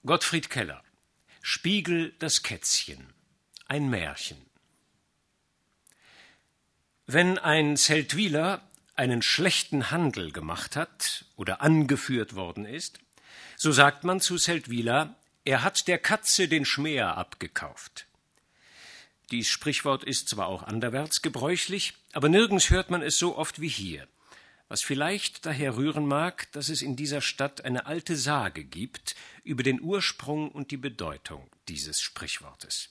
Gottfried Keller. Spiegel das Kätzchen. Ein Märchen. Wenn ein Seldwyler einen schlechten Handel gemacht hat oder angeführt worden ist, so sagt man zu Seldwyla, er hat der Katze den Schmäher abgekauft. Dies Sprichwort ist zwar auch anderwärts gebräuchlich, aber nirgends hört man es so oft wie hier, was vielleicht daher rühren mag, dass es in dieser Stadt eine alte Sage gibt über den Ursprung und die Bedeutung dieses Sprichwortes.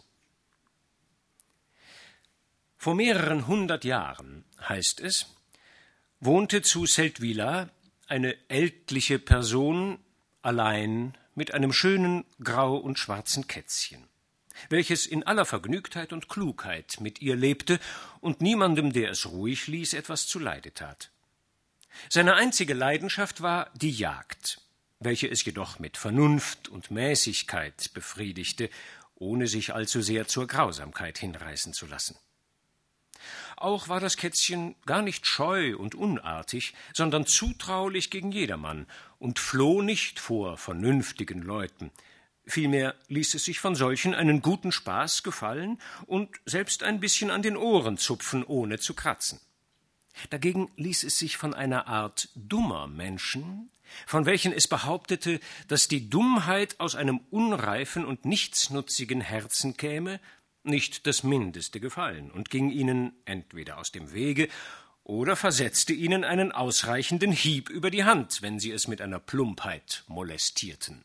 Vor mehreren 100 Jahren, heißt es, wohnte zu Seldwyla eine ältliche Person allein mit einem schönen grau und schwarzen Kätzchen, welches in aller Vergnügtheit und Klugheit mit ihr lebte und niemandem, der es ruhig ließ, etwas zuleide tat. Seine einzige Leidenschaft war die Jagd, welche es jedoch mit Vernunft und Mäßigkeit befriedigte, ohne sich allzu sehr zur Grausamkeit hinreißen zu lassen. Auch war das Kätzchen gar nicht scheu und unartig, sondern zutraulich gegen jedermann und floh nicht vor vernünftigen Leuten. Vielmehr ließ es sich von solchen einen guten Spaß gefallen und selbst ein bisschen an den Ohren zupfen, ohne zu kratzen. Dagegen ließ es sich von einer Art dummer Menschen, von welchen es behauptete, dass die Dummheit aus einem unreifen und nichtsnutzigen Herzen käme, nicht das mindeste gefallen und ging ihnen entweder aus dem Wege oder versetzte ihnen einen ausreichenden Hieb über die Hand, wenn sie es mit einer Plumpheit molestierten.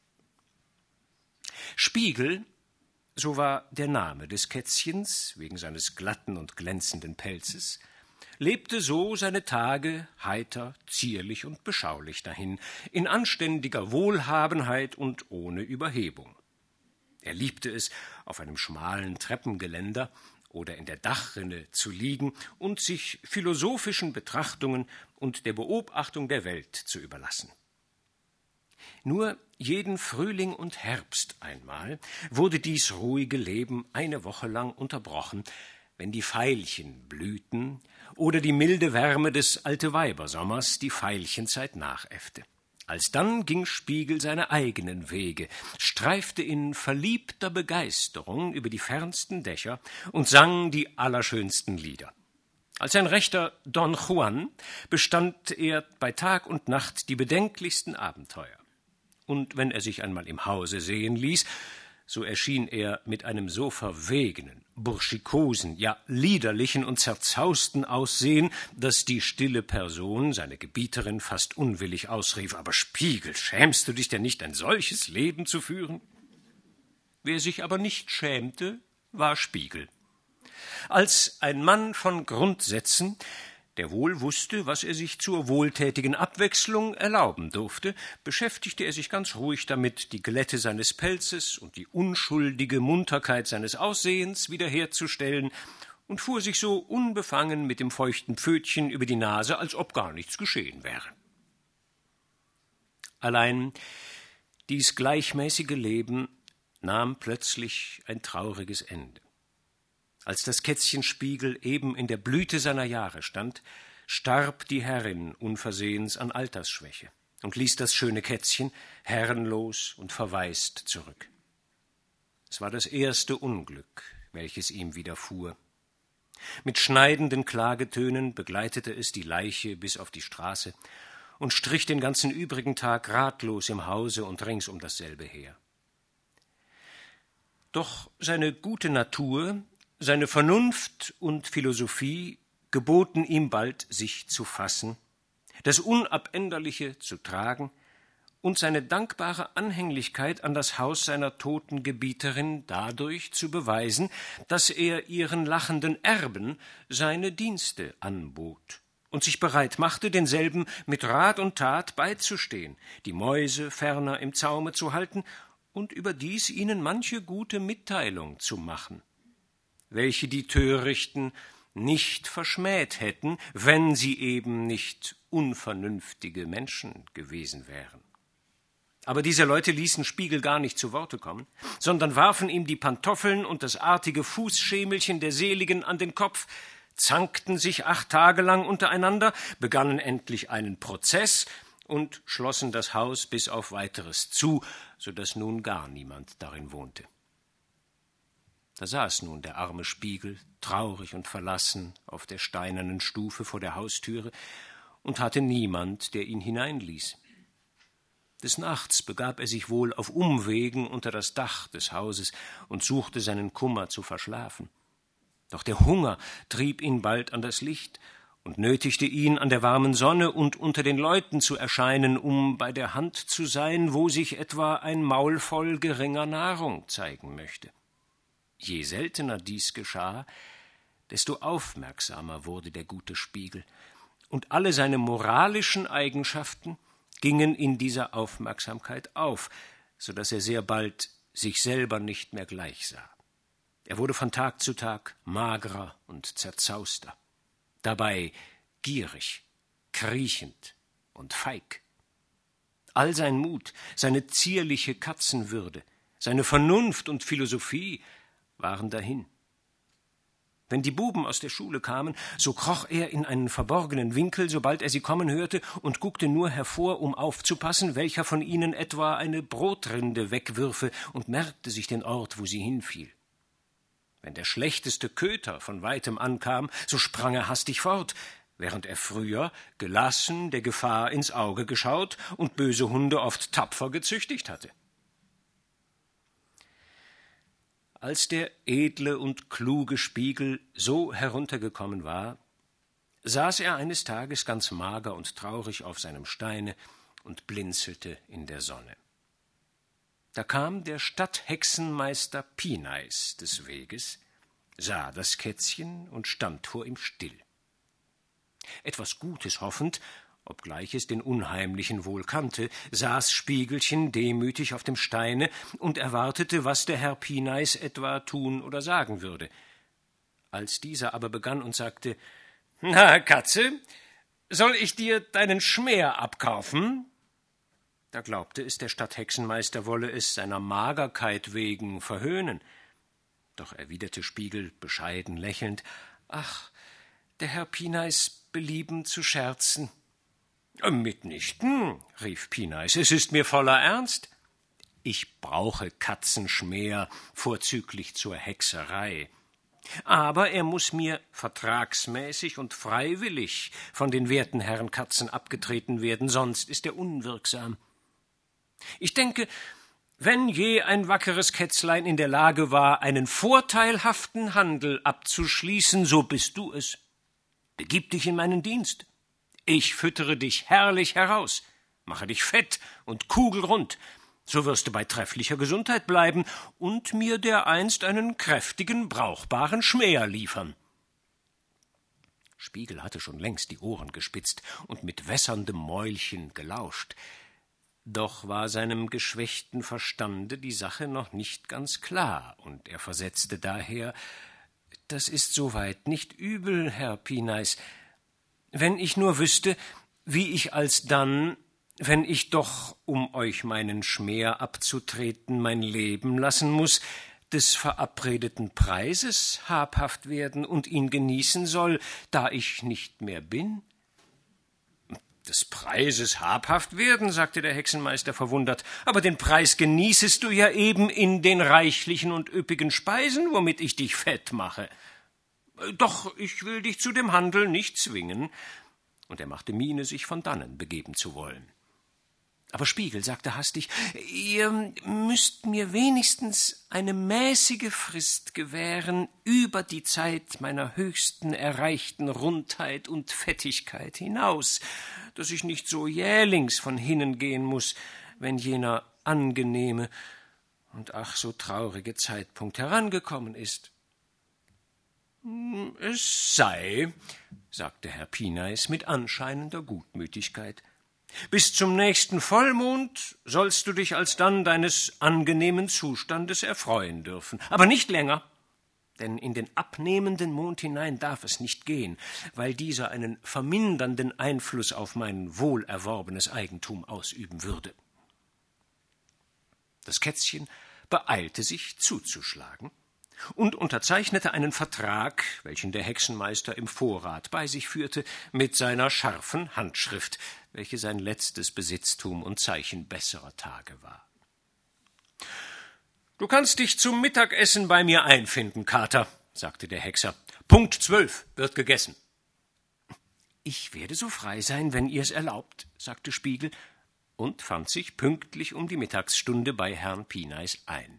Spiegel, so war der Name des Kätzchens, wegen seines glatten und glänzenden Pelzes, lebte so seine Tage heiter, zierlich und beschaulich dahin, in anständiger Wohlhabenheit und ohne Überhebung. Er liebte es, auf einem schmalen Treppengeländer oder in der Dachrinne zu liegen und sich philosophischen Betrachtungen und der Beobachtung der Welt zu überlassen. Nur jeden Frühling und Herbst einmal wurde dies ruhige Leben eine Woche lang unterbrochen, wenn die Veilchen blühten oder die milde Wärme des Alteweibersommers die Veilchenzeit nachäffte. Alsdann ging Spiegel seine eigenen Wege, streifte in verliebter Begeisterung über die fernsten Dächer und sang die allerschönsten Lieder. Als ein rechter Don Juan bestand er bei Tag und Nacht die bedenklichsten Abenteuer. Und wenn er sich einmal im Hause sehen ließ, so erschien er mit einem so verwegenen, burschikosen, ja liederlichen und zerzausten Aussehen, dass die stille Person, seine Gebieterin, fast unwillig ausrief, »Aber Spiegel, schämst du dich denn nicht, ein solches Leben zu führen?« Wer sich aber nicht schämte, war Spiegel. Als ein Mann von Grundsätzen, der wohl wusste, was er sich zur wohltätigen Abwechslung erlauben durfte, beschäftigte er sich ganz ruhig damit, die Glätte seines Pelzes und die unschuldige Munterkeit seines Aussehens wiederherzustellen und fuhr sich so unbefangen mit dem feuchten Pfötchen über die Nase, als ob gar nichts geschehen wäre. Allein dies gleichmäßige Leben nahm plötzlich ein trauriges Ende. Als das Kätzchen Spiegel eben in der Blüte seiner Jahre stand, starb die Herrin unversehens an Altersschwäche und ließ das schöne Kätzchen herrenlos und verwaist zurück. Es war das erste Unglück, welches ihm widerfuhr. Mit schneidenden Klagetönen begleitete es die Leiche bis auf die Straße und strich den ganzen übrigen Tag ratlos im Hause und rings um dasselbe her. Doch seine gute Natur, seine Vernunft und Philosophie geboten ihm bald, sich zu fassen, das Unabänderliche zu tragen und seine dankbare Anhänglichkeit an das Haus seiner toten Gebieterin dadurch zu beweisen, dass er ihren lachenden Erben seine Dienste anbot und sich bereit machte, denselben mit Rat und Tat beizustehen, die Mäuse ferner im Zaume zu halten und überdies ihnen manche gute Mitteilung zu machen, welche die Törichten nicht verschmäht hätten, wenn sie eben nicht unvernünftige Menschen gewesen wären. Aber diese Leute ließen Spiegel gar nicht zu Worte kommen, sondern warfen ihm die Pantoffeln und das artige Fußschemelchen der Seligen an den Kopf, zankten sich 8 Tage lang untereinander, begannen endlich einen Prozess und schlossen das Haus bis auf Weiteres zu, so daß nun gar niemand darin wohnte. Da saß nun der arme Spiegel, traurig und verlassen, auf der steinernen Stufe vor der Haustüre und hatte niemand, der ihn hineinließ. Des Nachts begab er sich wohl auf Umwegen unter das Dach des Hauses und suchte seinen Kummer zu verschlafen. Doch der Hunger trieb ihn bald an das Licht und nötigte ihn, an der warmen Sonne und unter den Leuten zu erscheinen, um bei der Hand zu sein, wo sich etwa ein Maul voll geringer Nahrung zeigen möchte. Je seltener dies geschah, desto aufmerksamer wurde der gute Spiegel, und alle seine moralischen Eigenschaften gingen in dieser Aufmerksamkeit auf, so daß er sehr bald sich selber nicht mehr gleich sah. Er wurde von Tag zu Tag magerer und zerzauster, dabei gierig, kriechend und feig. All sein Mut, seine zierliche Katzenwürde, seine Vernunft und Philosophie waren dahin. Wenn die Buben aus der Schule kamen, so kroch er in einen verborgenen Winkel, sobald er sie kommen hörte, und guckte nur hervor, um aufzupassen, welcher von ihnen etwa eine Brotrinde wegwürfe, und merkte sich den Ort, wo sie hinfiel. Wenn der schlechteste Köter von weitem ankam, so sprang er hastig fort, während er früher gelassen der Gefahr ins Auge geschaut und böse Hunde oft tapfer gezüchtigt hatte. Als der edle und kluge Spiegel so heruntergekommen war, saß er eines Tages ganz mager und traurig auf seinem Steine und blinzelte in der Sonne. Da kam der Stadthexenmeister Pineis des Weges, sah das Kätzchen und stand vor ihm still. Etwas Gutes hoffend, obgleich es den Unheimlichen wohl kannte, saß Spiegelchen demütig auf dem Steine und erwartete, was der Herr Pineis etwa tun oder sagen würde. Als dieser aber begann und sagte: »Na, Katze, soll ich dir deinen Schmäher abkaufen?« Da glaubte es, der Stadthexenmeister wolle es seiner Magerkeit wegen verhöhnen. Doch erwiderte Spiegel bescheiden lächelnd: »Ach, der Herr Pineis belieben zu scherzen.« »Mitnichten«, rief Pineis, »es ist mir voller Ernst. Ich brauche Katzenschmäher, vorzüglich zur Hexerei. Aber er muß mir vertragsmäßig und freiwillig von den werten Herren Katzen abgetreten werden, sonst ist er unwirksam. Ich denke, wenn je ein wackeres Kätzlein in der Lage war, einen vorteilhaften Handel abzuschließen, so bist du es. Begib dich in meinen Dienst. Ich füttere dich herrlich heraus, mache dich fett und kugelrund, so wirst du bei trefflicher Gesundheit bleiben und mir dereinst einen kräftigen, brauchbaren Schmäher liefern.« Spiegel hatte schon längst die Ohren gespitzt und mit wässerndem Mäulchen gelauscht. Doch war seinem geschwächten Verstande die Sache noch nicht ganz klar, und er versetzte daher: »Das ist soweit nicht übel, Herr Pineis. Wenn ich nur wüsste, wie ich alsdann, wenn ich doch, um euch meinen Schmäher abzutreten, mein Leben lassen muß, des verabredeten Preises habhaft werden und ihn genießen soll, da ich nicht mehr bin.« »Des Preises habhaft werden«, sagte der Hexenmeister verwundert, »aber den Preis genießest du ja eben in den reichlichen und üppigen Speisen, womit ich dich fett mache. Doch ich will dich zu dem Handel nicht zwingen.« Und er machte Miene, sich von dannen begeben zu wollen. Aber Spiegel sagte hastig: »Ihr müsst mir wenigstens eine mäßige Frist gewähren über die Zeit meiner höchsten erreichten Rundheit und Fettigkeit hinaus, dass ich nicht so jählings von hinnen gehen muß, wenn jener angenehme und ach so traurige Zeitpunkt herangekommen ist.« »Es sei«, sagte Herr Pineis mit anscheinender Gutmütigkeit, »bis zum nächsten Vollmond sollst du dich alsdann deines angenehmen Zustandes erfreuen dürfen, aber nicht länger, denn in den abnehmenden Mond hinein darf es nicht gehen, weil dieser einen vermindernden Einfluss auf mein wohlerworbenes Eigentum ausüben würde.« Das Kätzchen beeilte sich zuzuschlagen, und unterzeichnete einen Vertrag, welchen der Hexenmeister im Vorrat bei sich führte, mit seiner scharfen Handschrift, welche sein letztes Besitztum und Zeichen besserer Tage war. »Du kannst dich zum Mittagessen bei mir einfinden, Kater«, sagte der Hexer. »Punkt 12 wird gegessen.« »Ich werde so frei sein, wenn ihr es erlaubt«, sagte Spiegel und fand sich pünktlich um die Mittagsstunde bei Herrn Pineis ein.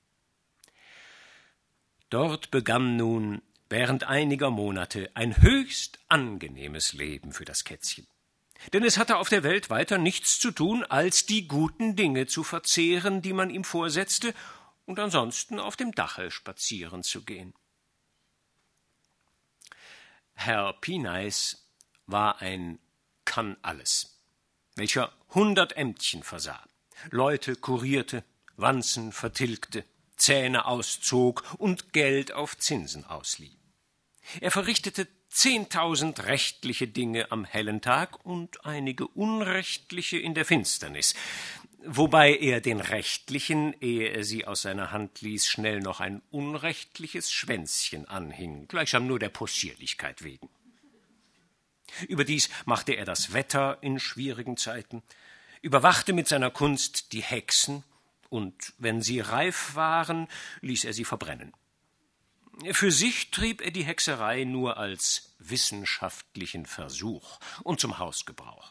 Dort begann nun während einiger Monate ein höchst angenehmes Leben für das Kätzchen. Denn es hatte auf der Welt weiter nichts zu tun, als die guten Dinge zu verzehren, die man ihm vorsetzte, und ansonsten auf dem Dache spazieren zu gehen. Herr Pineis war ein Kann-Alles, welcher 100 Ämtchen versah, Leute kurierte, Wanzen vertilgte, Zähne auszog und Geld auf Zinsen auslieh. Er verrichtete 10.000 rechtliche Dinge am hellen Tag und einige unrechtliche in der Finsternis, wobei er den rechtlichen, ehe er sie aus seiner Hand ließ, schnell noch ein unrechtliches Schwänzchen anhing, gleichsam nur der Possierlichkeit wegen. Überdies machte er das Wetter in schwierigen Zeiten, überwachte mit seiner Kunst die Hexen, und wenn sie reif waren, ließ er sie verbrennen. Für sich trieb er die Hexerei nur als wissenschaftlichen Versuch und zum Hausgebrauch.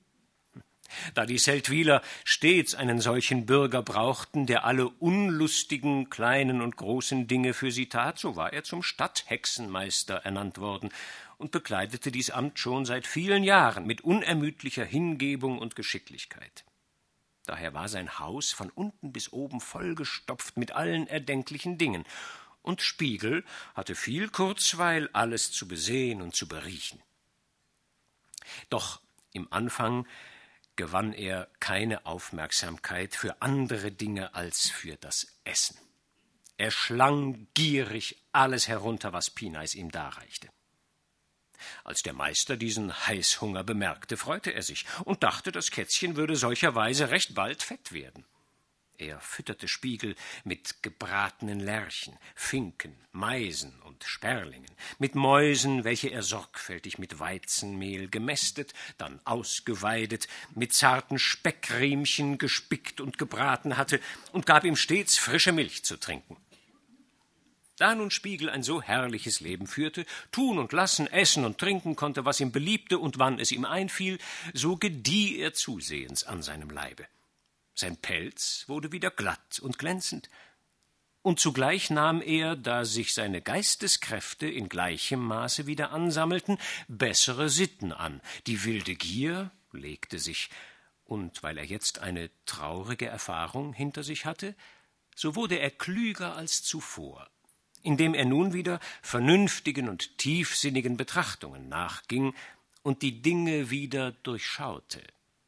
Da die Seldwyler stets einen solchen Bürger brauchten, der alle unlustigen, kleinen und großen Dinge für sie tat, so war er zum Stadthexenmeister ernannt worden und bekleidete dies Amt schon seit vielen Jahren mit unermüdlicher Hingebung und Geschicklichkeit. Daher war sein Haus von unten bis oben vollgestopft mit allen erdenklichen Dingen, und Spiegel hatte viel Kurzweil, alles zu besehen und zu beriechen. Doch im Anfang gewann er keine Aufmerksamkeit für andere Dinge als für das Essen. Er schlang gierig alles herunter, was Pineis ihm darreichte. Als der Meister diesen Heißhunger bemerkte, freute er sich und dachte, das Kätzchen würde solcherweise recht bald fett werden. Er fütterte Spiegel mit gebratenen Lerchen, Finken, Meisen und Sperlingen, mit Mäusen, welche er sorgfältig mit Weizenmehl gemästet, dann ausgeweidet, mit zarten Speckriemchen gespickt und gebraten hatte und gab ihm stets frische Milch zu trinken. Da nun Spiegel ein so herrliches Leben führte, tun und lassen, essen und trinken konnte, was ihm beliebte und wann es ihm einfiel, so gedieh er zusehends an seinem Leibe. Sein Pelz wurde wieder glatt und glänzend, und zugleich nahm er, da sich seine Geisteskräfte in gleichem Maße wieder ansammelten, bessere Sitten an. Die wilde Gier legte sich, und weil er jetzt eine traurige Erfahrung hinter sich hatte, so wurde er klüger als zuvor, indem er nun wieder vernünftigen und tiefsinnigen Betrachtungen nachging und die Dinge wieder durchschaute.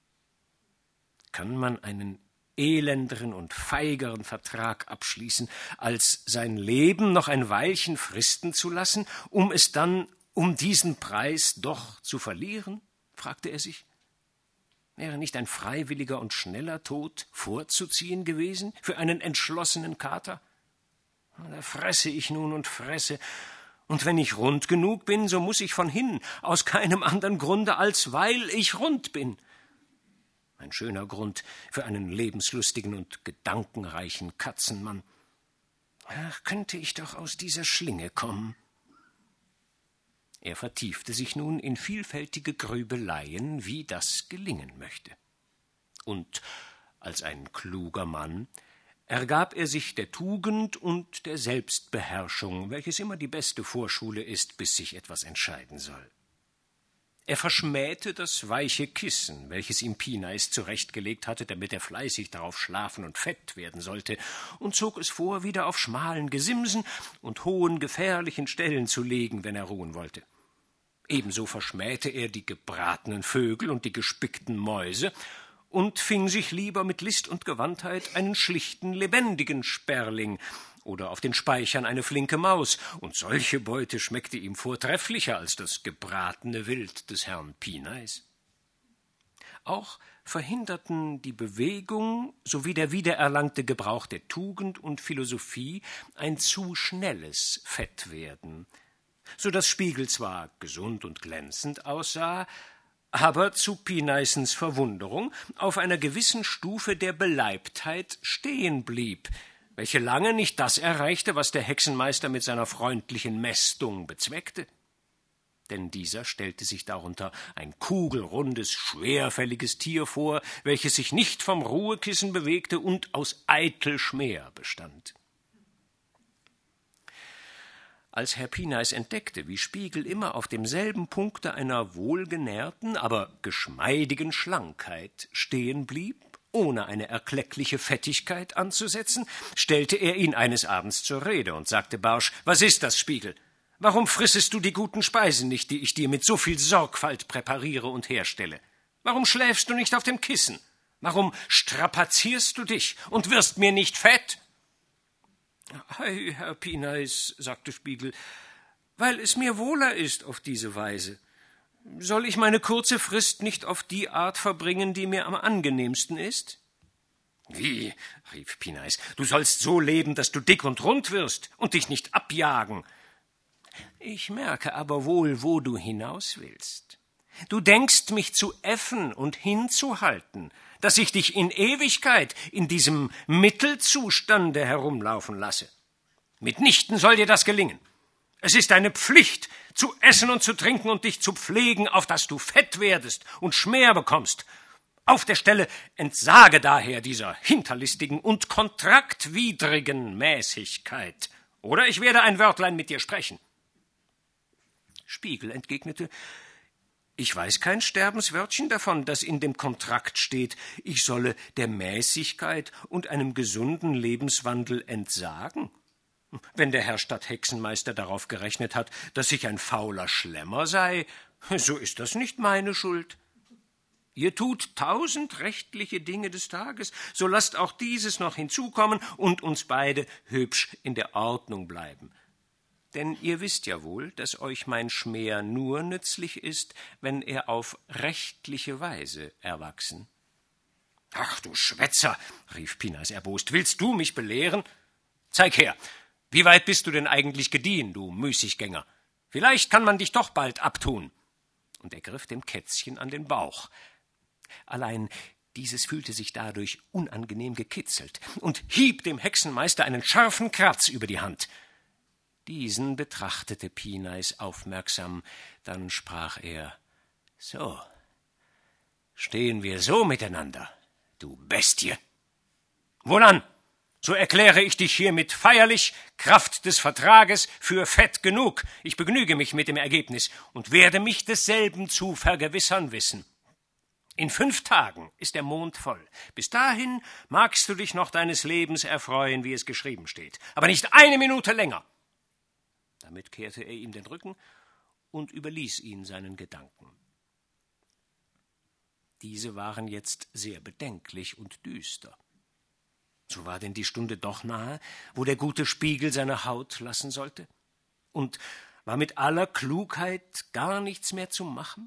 Kann man einen elenderen und feigeren Vertrag abschließen, als sein Leben noch ein Weilchen fristen zu lassen, um es dann um diesen Preis doch zu verlieren? Fragte er sich. Wäre nicht ein freiwilliger und schneller Tod vorzuziehen gewesen für einen entschlossenen Kater? Da fresse ich nun und fresse, und wenn ich rund genug bin, so muß ich von hinnen, aus keinem anderen Grunde, als weil ich rund bin. Ein schöner Grund für einen lebenslustigen und gedankenreichen Katzenmann. Ach, könnte ich doch aus dieser Schlinge kommen. Er vertiefte sich nun in vielfältige Grübeleien, wie das gelingen möchte. Und als ein kluger Mann ergab er sich der Tugend und der Selbstbeherrschung, welches immer die beste Vorschule ist, bis sich etwas entscheiden soll. Er verschmähte das weiche Kissen, welches ihm Pineis zurechtgelegt hatte, damit er fleißig darauf schlafen und fett werden sollte, und zog es vor, wieder auf schmalen Gesimsen und hohen, gefährlichen Stellen zu legen, wenn er ruhen wollte. Ebenso verschmähte er die gebratenen Vögel und die gespickten Mäuse und fing sich lieber mit List und Gewandtheit einen schlichten, lebendigen Sperling oder auf den Speichern eine flinke Maus, und solche Beute schmeckte ihm vortrefflicher als das gebratene Wild des Herrn Pineis. Auch verhinderten die Bewegung sowie der wiedererlangte Gebrauch der Tugend und Philosophie ein zu schnelles Fettwerden, so dass Spiegel zwar gesund und glänzend aussah, aber zu Pineissens Verwunderung auf einer gewissen Stufe der Beleibtheit stehen blieb, welche lange nicht das erreichte, was der Hexenmeister mit seiner freundlichen Mästung bezweckte. Denn dieser stellte sich darunter ein kugelrundes, schwerfälliges Tier vor, welches sich nicht vom Ruhekissen bewegte und aus eitel Schmäh bestand. Als Herr Pineiss entdeckte, wie Spiegel immer auf demselben Punkte einer wohlgenährten, aber geschmeidigen Schlankheit stehen blieb, ohne eine erkleckliche Fettigkeit anzusetzen, stellte er ihn eines Abends zur Rede und sagte barsch: »Was ist das, Spiegel? Warum frissest du die guten Speisen nicht, die ich dir mit so viel Sorgfalt präpariere und herstelle? Warum schläfst du nicht auf dem Kissen? Warum strapazierst du dich und wirst mir nicht fett?« »Ei, Herr Pineiss«, sagte Spiegel, »weil es mir wohler ist auf diese Weise. Soll ich meine kurze Frist nicht auf die Art verbringen, die mir am angenehmsten ist?« »Wie«, rief Pineiss, »du sollst so leben, dass du dick und rund wirst und dich nicht abjagen.« »Ich merke aber wohl, wo du hinaus willst. Du denkst, mich zu äffen und hinzuhalten, dass ich dich in Ewigkeit in diesem Mittelzustande herumlaufen lasse. Mitnichten soll dir das gelingen. Es ist deine Pflicht, zu essen und zu trinken und dich zu pflegen, auf dass du fett werdest und Schmäh bekommst. Auf der Stelle entsage daher dieser hinterlistigen und kontraktwidrigen Mäßigkeit, oder ich werde ein Wörtlein mit dir sprechen.« Spiegel entgegnete: »Ich weiß kein Sterbenswörtchen davon, das in dem Kontrakt steht, ich solle der Mäßigkeit und einem gesunden Lebenswandel entsagen. Wenn der Herr Stadthexenmeister darauf gerechnet hat, dass ich ein fauler Schlemmer sei, so ist das nicht meine Schuld. Ihr tut 1000 rechtliche Dinge des Tages, so lasst auch dieses noch hinzukommen und uns beide hübsch in der Ordnung bleiben. Denn ihr wisst ja wohl, dass euch mein Schmäh nur nützlich ist, wenn er auf rechtliche Weise erwachsen.« »Ach, du Schwätzer«, rief Pineiss erbost, »willst du mich belehren? Zeig her, wie weit bist du denn eigentlich gediehen, du Müßiggänger? Vielleicht kann man dich doch bald abtun.« Und er griff dem Kätzchen an den Bauch. Allein dieses fühlte sich dadurch unangenehm gekitzelt und hieb dem Hexenmeister einen scharfen Kratz über die Hand. Diesen betrachtete Pineiss aufmerksam, dann sprach er: »So, stehen wir so miteinander, du Bestie? Wohlan, so erkläre ich dich hiermit feierlich, Kraft des Vertrages, für fett genug. Ich begnüge mich mit dem Ergebnis und werde mich desselben zu vergewissern wissen. In 5 Tagen ist der Mond voll. Bis dahin magst du dich noch deines Lebens erfreuen, wie es geschrieben steht, aber nicht eine Minute länger.« Damit kehrte er ihm den Rücken und überließ ihn seinen Gedanken. Diese waren jetzt sehr bedenklich und düster. So war denn die Stunde doch nahe, wo der gute Spiegel seine Haut lassen sollte? Und war mit aller Klugheit gar nichts mehr zu machen?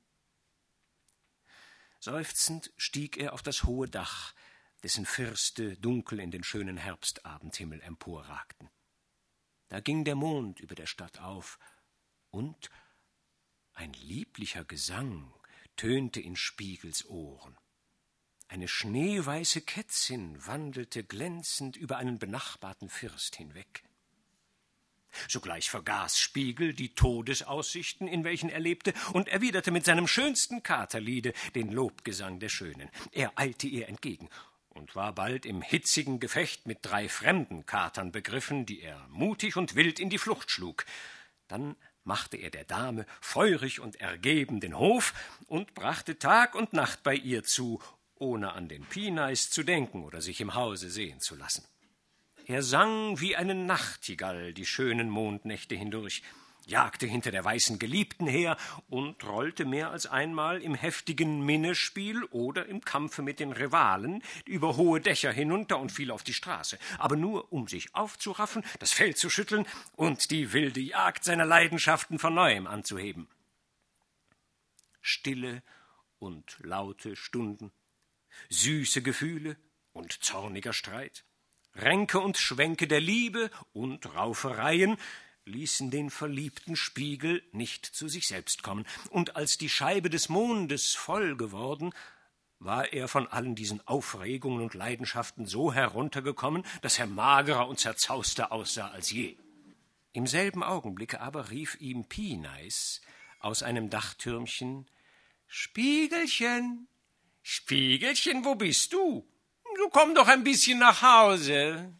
Seufzend stieg er auf das hohe Dach, dessen Firste dunkel in den schönen Herbstabendhimmel emporragten. Da ging der Mond über der Stadt auf, und ein lieblicher Gesang tönte in Spiegels Ohren. Eine schneeweiße Kätzin wandelte glänzend über einen benachbarten First hinweg. Sogleich vergaß Spiegel die Todesaussichten, in welchen er lebte, und erwiderte mit seinem schönsten Katerliede den Lobgesang der Schönen. Er eilte ihr entgegen und war bald im hitzigen Gefecht mit 3 fremden Katern begriffen, die er mutig und wild in die Flucht schlug. Dann machte er der Dame feurig und ergeben den Hof und brachte Tag und Nacht bei ihr zu, ohne an den Pineiss zu denken oder sich im Hause sehen zu lassen. Er sang wie eine Nachtigall die schönen Mondnächte hindurch, jagte hinter der weißen Geliebten her und rollte mehr als einmal im heftigen Minnespiel oder im Kampfe mit den Rivalen über hohe Dächer hinunter und fiel auf die Straße, aber nur, um sich aufzuraffen, das Fell zu schütteln und die wilde Jagd seiner Leidenschaften von neuem anzuheben. Stille und laute Stunden, süße Gefühle und zorniger Streit, Ränke und Schwänke der Liebe und Raufereien ließen den verliebten Spiegel nicht zu sich selbst kommen, und als die Scheibe des Mondes voll geworden, war er von allen diesen Aufregungen und Leidenschaften so heruntergekommen, dass er magerer und zerzauster aussah als je. Im selben Augenblicke aber rief ihm Pineis aus einem Dachtürmchen: »Spiegelchen, Spiegelchen, wo bist du? Du komm doch ein bisschen nach Hause.«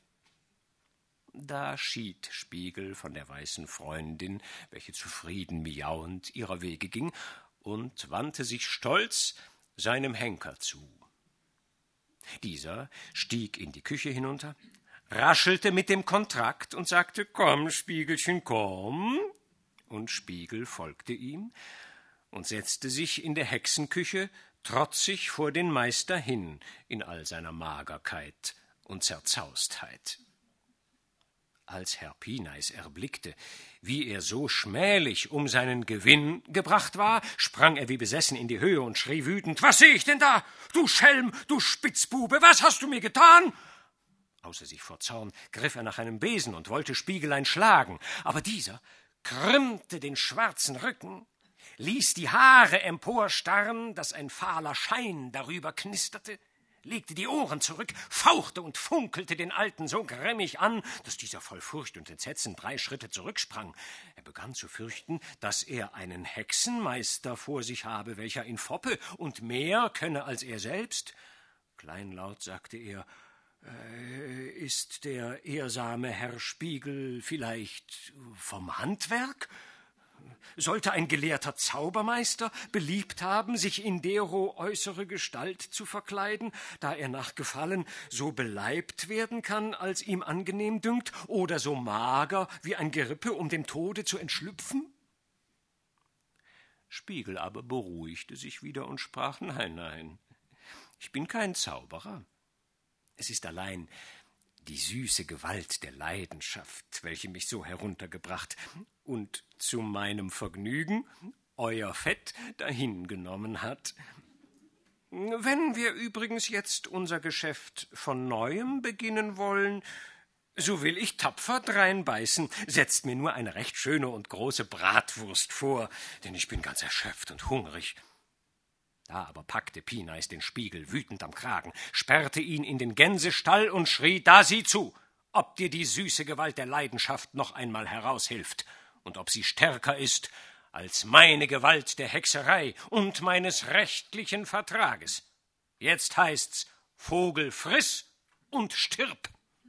Da schied Spiegel von der weißen Freundin, welche zufrieden miauend ihrer Wege ging, und wandte sich stolz seinem Henker zu. Dieser stieg in die Küche hinunter, raschelte mit dem Kontrakt und sagte: »Komm, Spiegelchen, komm!« Und Spiegel folgte ihm und setzte sich in der Hexenküche trotzig vor den Meister hin, in all seiner Magerkeit und Zerzaustheit. Als Herr Pineis erblickte, wie er so schmählich um seinen Gewinn gebracht war, sprang er wie besessen in die Höhe und schrie wütend: »Was sehe ich denn da? Du Schelm, du Spitzbube, was hast du mir getan?« Außer sich vor Zorn griff er nach einem Besen und wollte Spiegelein schlagen, aber dieser krümmte den schwarzen Rücken, ließ die Haare emporstarren, daß ein fahler Schein darüber knisterte, legte die Ohren zurück, fauchte und funkelte den Alten so grimmig an, daß dieser voll Furcht und Entsetzen 3 Schritte zurücksprang. Er begann zu fürchten, daß er einen Hexenmeister vor sich habe, welcher ihn foppe und mehr könne als er selbst. Kleinlaut sagte er: »Ist der ehrsame Herr Spiegel vielleicht vom Handwerk? Sollte ein gelehrter Zaubermeister beliebt haben, sich in dero äußere Gestalt zu verkleiden, da er nach Gefallen so beleibt werden kann, als ihm angenehm dünkt, oder so mager wie ein Gerippe, um dem Tode zu entschlüpfen?« Spiegel aber beruhigte sich wieder und sprach: »Nein, nein, ich bin kein Zauberer. Es ist allein die süße Gewalt der Leidenschaft, welche mich so heruntergebracht und zu meinem Vergnügen euer Fett dahingenommen hat. Wenn wir übrigens jetzt unser Geschäft von Neuem beginnen wollen, so will ich tapfer dreinbeißen. Setzt mir nur eine recht schöne und große Bratwurst vor, denn ich bin ganz erschöpft und hungrig.« Da aber packte Pineis den Spiegel wütend am Kragen, sperrte ihn in den Gänsestall und schrie: »Da sieh zu, ob dir die süße Gewalt der Leidenschaft noch einmal heraushilft und ob sie stärker ist als meine Gewalt der Hexerei und meines rechtlichen Vertrages. Jetzt heißt's: Vogel, friss und stirb!«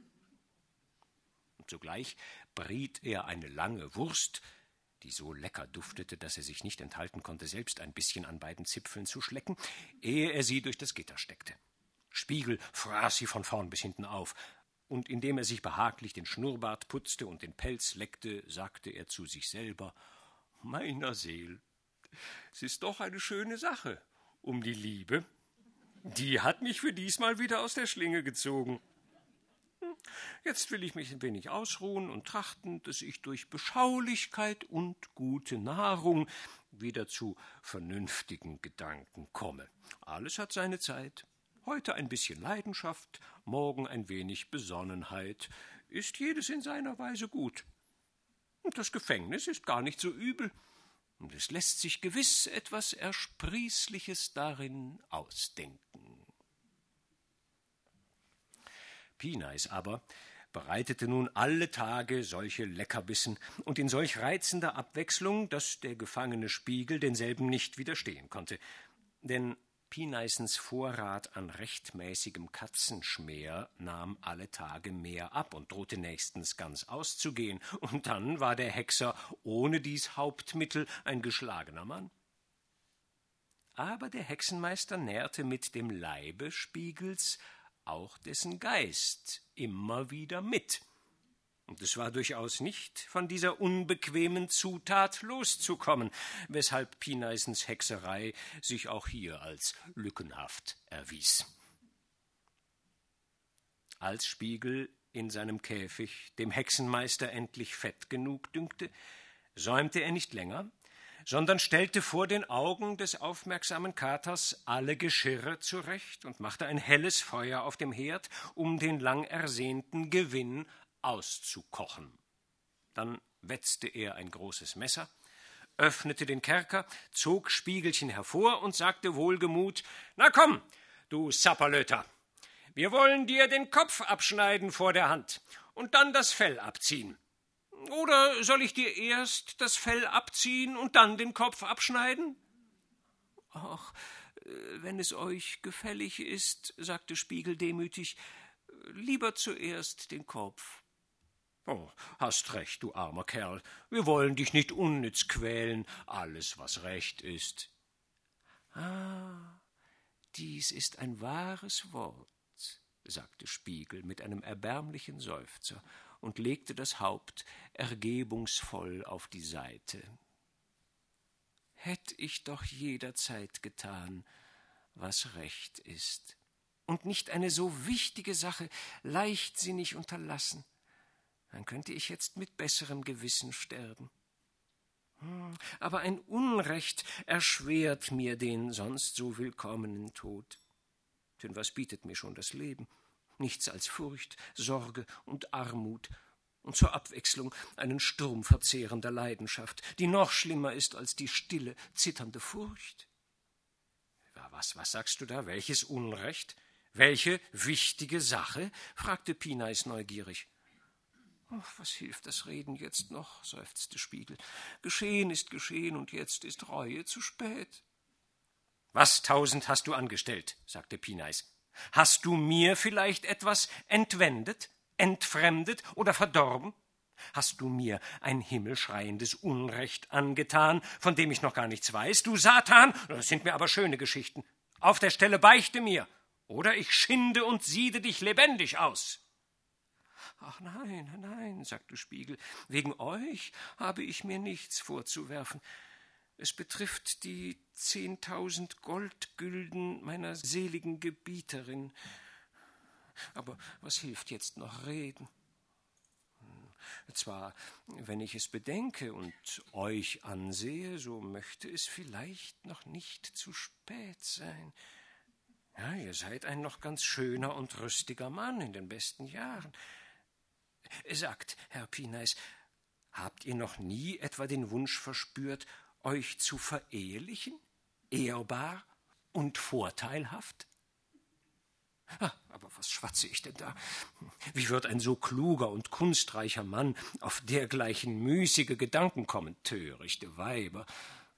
Und sogleich briet er eine lange Wurst, die so lecker duftete, dass er sich nicht enthalten konnte, selbst ein bisschen an beiden Zipfeln zu schlecken, ehe er sie durch das Gitter steckte. Spiegel fraß sie von vorn bis hinten auf, und indem er sich behaglich den Schnurrbart putzte und den Pelz leckte, sagte er zu sich selber: »Meiner Seel, es ist doch eine schöne Sache um die Liebe. Die hat mich für diesmal wieder aus der Schlinge gezogen. Jetzt will ich mich ein wenig ausruhen und trachten, dass ich durch Beschaulichkeit und gute Nahrung wieder zu vernünftigen Gedanken komme. Alles hat seine Zeit. Heute ein bisschen Leidenschaft, morgen ein wenig Besonnenheit. Ist jedes in seiner Weise gut. Und das Gefängnis ist gar nicht so übel. Und es lässt sich gewiss etwas Ersprießliches darin ausdenken.« Pineis aber bereitete nun alle Tage solche Leckerbissen und in solch reizender Abwechslung, daß der gefangene Spiegel denselben nicht widerstehen konnte. Denn Pineisens Vorrat an rechtmäßigem Katzenschmäher nahm alle Tage mehr ab und drohte nächstens ganz auszugehen, und dann war der Hexer ohne dies Hauptmittel ein geschlagener Mann. Aber der Hexenmeister nährte mit dem Leibe Spiegels auch dessen Geist immer wieder mit. Und es war durchaus nicht von dieser unbequemen Zutat loszukommen, weshalb Pineisens Hexerei sich auch hier als lückenhaft erwies. Als Spiegel in seinem Käfig dem Hexenmeister endlich fett genug dünkte, säumte er nicht länger, sondern stellte vor den Augen des aufmerksamen Katers alle Geschirre zurecht und machte ein helles Feuer auf dem Herd, um den lang ersehnten Gewinn auszukochen. Dann wetzte er ein großes Messer, öffnete den Kerker, zog Spiegelchen hervor und sagte wohlgemut: »Na komm, du Sapperlöter, wir wollen dir den Kopf abschneiden vor der Hand und dann das Fell abziehen. Oder soll ich dir erst das Fell abziehen und dann den Kopf abschneiden?« »Ach, wenn es euch gefällig ist«, sagte Spiegel demütig, »lieber zuerst den Kopf.« »Oh, hast recht, du armer Kerl, wir wollen dich nicht unnütz quälen, alles, was recht ist.« »Ah, dies ist ein wahres Wort«, sagte Spiegel mit einem erbärmlichen Seufzer und legte das Haupt ergebungsvoll auf die Seite. »Hätt ich doch jederzeit getan, was recht ist, und nicht eine so wichtige Sache leichtsinnig unterlassen, dann könnte ich jetzt mit besserem Gewissen sterben. Aber ein Unrecht erschwert mir den sonst so willkommenen Tod. Denn was bietet mir schon das Leben? Nichts als Furcht, Sorge und Armut und zur Abwechslung einen Sturm verzehrender Leidenschaft, die noch schlimmer ist als die stille, zitternde Furcht.« Was sagst du da? Welches Unrecht? Welche wichtige Sache?« fragte Pineis neugierig. »Ach, was hilft das Reden jetzt noch?«, seufzte Spiegel. »Geschehen ist geschehen, und jetzt ist Reue zu spät.« »Was 1000 hast du angestellt?«, sagte Pineis. »Hast du mir vielleicht etwas entwendet, entfremdet oder verdorben? Hast du mir ein himmelschreiendes Unrecht angetan, von dem ich noch gar nichts weiß? Du Satan, das sind mir aber schöne Geschichten. Auf der Stelle beichte mir, oder ich schinde und siede dich lebendig aus.« »Ach nein, nein«, sagte Spiegel, »wegen euch habe ich mir nichts vorzuwerfen. Es betrifft die 10.000 Goldgülden meiner seligen Gebieterin. Aber was hilft jetzt noch reden? Zwar, wenn ich es bedenke und euch ansehe, so möchte es vielleicht noch nicht zu spät sein. Ja, ihr seid ein noch ganz schöner und rüstiger Mann in den besten Jahren. Sagt, Herr Pineis, habt ihr noch nie etwa den Wunsch verspürt, euch zu verehelichen, ehrbar und vorteilhaft? Aber was schwatze ich denn da? Wie wird ein so kluger und kunstreicher Mann auf dergleichen müßige Gedanken kommen, törichte Weiber?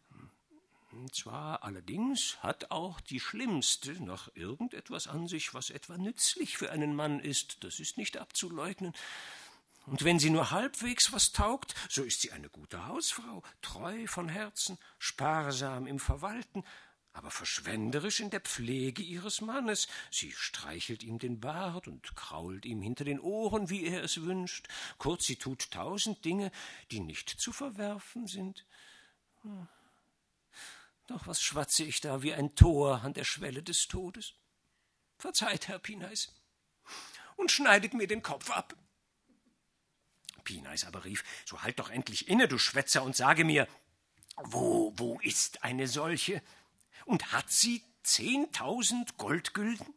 Zwar allerdings hat auch die Schlimmste noch irgendetwas an sich, was etwa nützlich für einen Mann ist, das ist nicht abzuleugnen. Und wenn sie nur halbwegs was taugt, so ist sie eine gute Hausfrau, treu von Herzen, sparsam im Verwalten, aber verschwenderisch in der Pflege ihres Mannes. Sie streichelt ihm den Bart und krault ihm hinter den Ohren, wie er es wünscht. Kurz, sie tut 1000 Dinge, die nicht zu verwerfen sind. Doch was schwatze ich da wie ein Tor an der Schwelle des Todes? Verzeiht, Herr Pineis, und schneidet mir den Kopf ab. Pineis aber rief: »So halt doch endlich inne, du Schwätzer, und sage mir, wo ist eine solche? Und hat sie 10.000 Goldgülden?«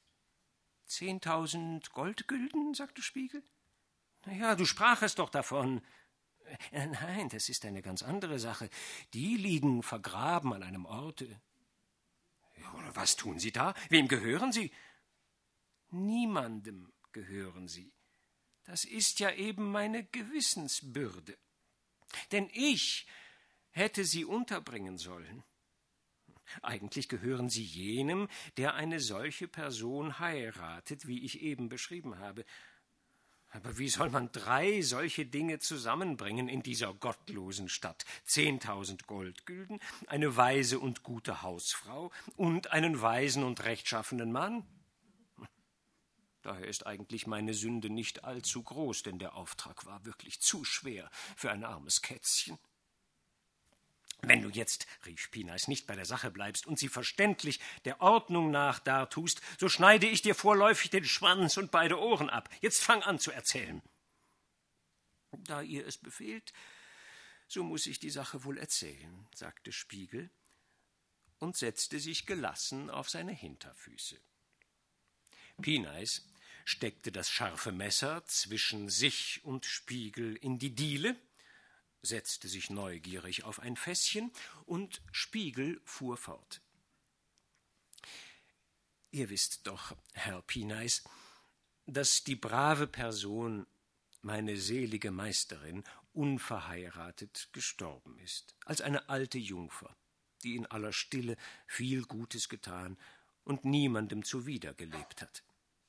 »10.000 Goldgülden?«, sagte Spiegel. »Na ja, du sprachest doch davon.« »Nein, das ist eine ganz andere Sache. Die liegen vergraben an einem Orte.« »Ja, was tun sie da? Wem gehören sie?« »Niemandem gehören sie. Das ist ja eben meine Gewissensbürde. Denn ich hätte sie unterbringen sollen. Eigentlich gehören sie jenem, der eine solche Person heiratet, wie ich eben beschrieben habe. Aber wie soll man 3 solche Dinge zusammenbringen in dieser gottlosen Stadt? 10.000 Goldgülden, eine weise und gute Hausfrau und einen weisen und rechtschaffenen Mann? Daher ist eigentlich meine Sünde nicht allzu groß, denn der Auftrag war wirklich zu schwer für ein armes Kätzchen. »Wenn du jetzt«, rief Pineis, »nicht bei der Sache bleibst und sie verständlich der Ordnung nach dartust, so schneide ich dir vorläufig den Schwanz und beide Ohren ab. Jetzt fang an zu erzählen.« »Da ihr es befehlt, »So muß ich die Sache wohl erzählen«, sagte Spiegel und setzte sich gelassen auf seine Hinterfüße. Pineis steckte das scharfe Messer zwischen sich und Spiegel in die Diele, setzte sich neugierig auf ein Fässchen, und Spiegel fuhr fort. »Ihr wisst doch, Herr Pineis, dass die brave Person, meine selige Meisterin, unverheiratet gestorben ist, als eine alte Jungfer, die in aller Stille viel Gutes getan und niemandem zuwider gelebt hat.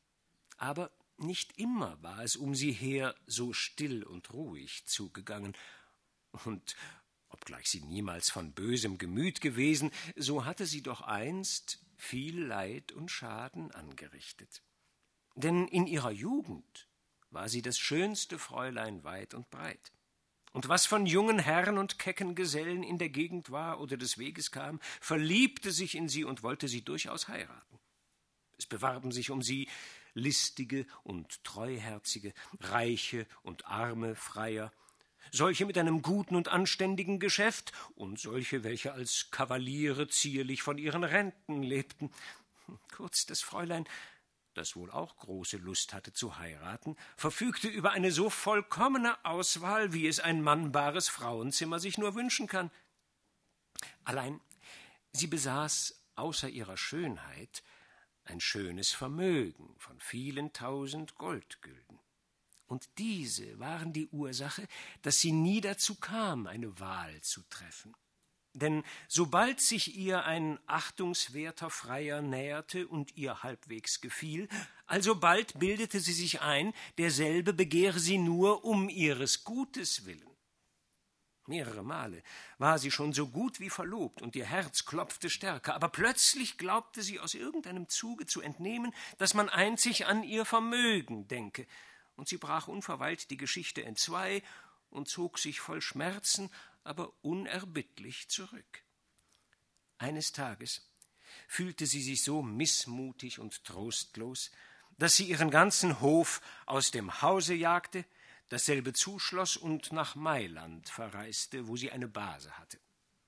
Aber nicht immer war es um sie her so still und ruhig zugegangen, und obgleich sie niemals von bösem Gemüt gewesen, so hatte sie doch einst viel Leid und Schaden angerichtet. Denn in ihrer Jugend war sie das schönste Fräulein weit und breit. Und was von jungen Herren und kecken Gesellen in der Gegend war oder des Weges kam, verliebte sich in sie und wollte sie durchaus heiraten. Es bewarben sich um sie listige und treuherzige, reiche und arme Freier, solche mit einem guten und anständigen Geschäft und solche, welche als Kavaliere zierlich von ihren Renten lebten. Kurz, das Fräulein, das wohl auch große Lust hatte zu heiraten, verfügte über eine so vollkommene Auswahl, wie es ein mannbares Frauenzimmer sich nur wünschen kann. Allein sie besaß außer ihrer Schönheit ein schönes Vermögen von vielen 1000 Goldgülden. Und diese waren die Ursache, dass sie nie dazu kam, eine Wahl zu treffen. Denn sobald sich ihr ein achtungswerter Freier näherte und ihr halbwegs gefiel, alsobald bildete sie sich ein, derselbe begehre sie nur um ihres Gutes willen. Mehrere Male war sie schon so gut wie verlobt, und ihr Herz klopfte stärker, aber plötzlich glaubte sie aus irgendeinem Zuge zu entnehmen, dass man einzig an ihr Vermögen denke, und sie brach unverweilt die Geschichte entzwei und zog sich voll Schmerzen, aber unerbittlich zurück. Eines Tages fühlte sie sich so missmutig und trostlos, dass sie ihren ganzen Hof aus dem Hause jagte, dasselbe zuschloss und nach Mailand verreiste, wo sie eine Base hatte.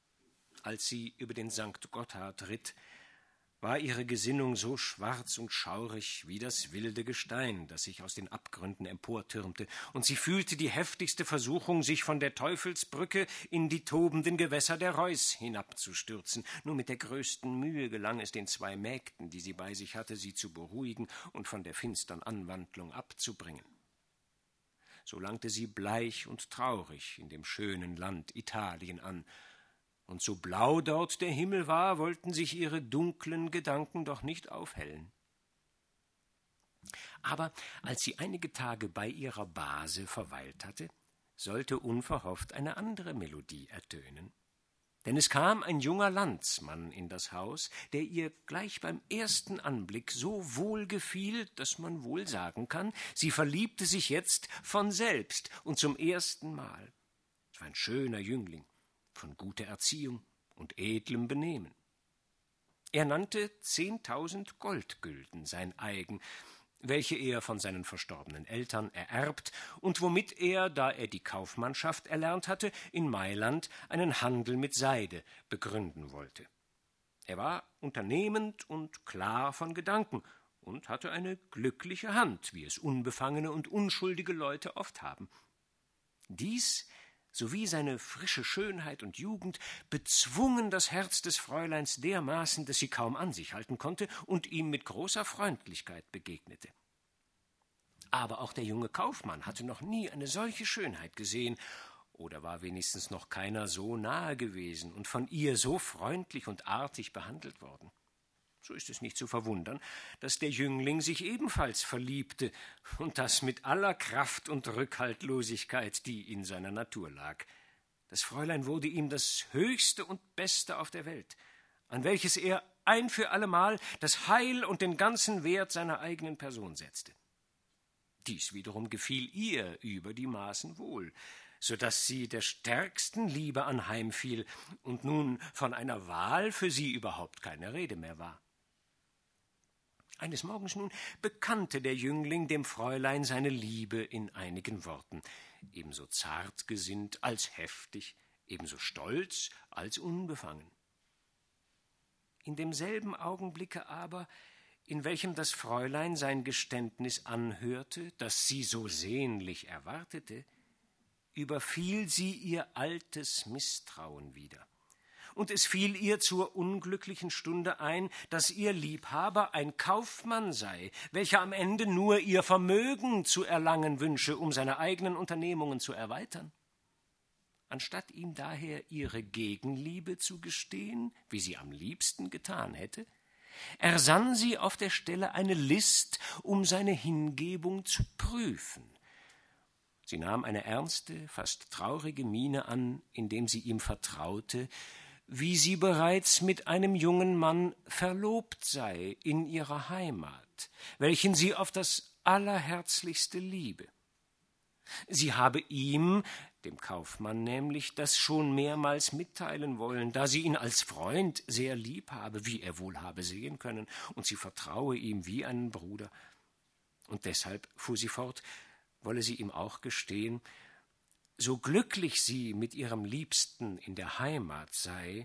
Als sie über den Sankt Gotthard ritt, war ihre Gesinnung so schwarz und schaurig wie das wilde Gestein, das sich aus den Abgründen emportürmte, und sie fühlte die heftigste Versuchung, sich von der Teufelsbrücke in die tobenden Gewässer der Reuss hinabzustürzen. Nur mit der größten Mühe gelang es den 2 Mägden, die sie bei sich hatte, sie zu beruhigen und von der finstern Anwandlung abzubringen. So langte sie bleich und traurig in dem schönen Land Italien an, und so blau dort der Himmel war, wollten sich ihre dunklen Gedanken doch nicht aufhellen. Aber als sie einige Tage bei ihrer Base verweilt hatte, sollte unverhofft eine andere Melodie ertönen. Denn es kam ein junger Landsmann in das Haus, der ihr gleich beim ersten Anblick so wohl gefiel, dass man wohl sagen kann, sie verliebte sich jetzt von selbst und zum ersten Mal. Es war ein schöner Jüngling, von guter Erziehung und edlem Benehmen. Er nannte 10.000 Goldgülden sein eigen, welche er von seinen verstorbenen Eltern ererbt und womit er, da er die Kaufmannschaft erlernt hatte, in Mailand einen Handel mit Seide begründen wollte. Er war unternehmend und klar von Gedanken und hatte eine glückliche Hand, wie es unbefangene und unschuldige Leute oft haben. Dies sowie seine frische Schönheit und Jugend bezwungen das Herz des Fräuleins dermaßen, dass sie kaum an sich halten konnte und ihm mit großer Freundlichkeit begegnete. Aber auch der junge Kaufmann hatte noch nie eine solche Schönheit gesehen, oder war wenigstens noch keiner so nahe gewesen und von ihr so freundlich und artig behandelt worden. So ist es nicht zu verwundern, dass der Jüngling sich ebenfalls verliebte, und das mit aller Kraft und Rückhaltlosigkeit, die in seiner Natur lag. Das Fräulein wurde ihm das Höchste und Beste auf der Welt, an welches er ein für allemal das Heil und den ganzen Wert seiner eigenen Person setzte. Dies wiederum gefiel ihr über die Maßen wohl, so daß sie der stärksten Liebe anheimfiel und nun von einer Wahl für sie überhaupt keine Rede mehr war. Eines Morgens nun bekannte der Jüngling dem Fräulein seine Liebe in einigen Worten. ebenso zart gesinnt als heftig, ebenso stolz als unbefangen. In demselben Augenblicke aber, in welchem das Fräulein sein Geständnis anhörte, das sie so sehnlich erwartete, überfiel sie ihr altes Misstrauen wieder. Und es fiel ihr zur unglücklichen Stunde ein, dass ihr Liebhaber ein Kaufmann sei, welcher am Ende nur ihr Vermögen zu erlangen wünsche, um seine eigenen Unternehmungen zu erweitern. Anstatt ihm daher ihre Gegenliebe zu gestehen, wie sie am liebsten getan hätte, ersann sie auf der Stelle eine List, um seine Hingebung zu prüfen. Sie nahm eine ernste, fast traurige Miene an, indem sie ihm vertraute, wie sie bereits mit einem jungen Mann verlobt sei in ihrer Heimat, welchen sie auf das Allerherzlichste liebe. Sie habe ihm, dem Kaufmann nämlich, das schon mehrmals mitteilen wollen, da sie ihn als Freund sehr lieb habe, wie er wohl habe sehen können, und sie vertraue ihm wie einen Bruder. Und deshalb, fuhr sie fort, wolle sie ihm auch gestehen, so glücklich sie mit ihrem Liebsten in der Heimat sei,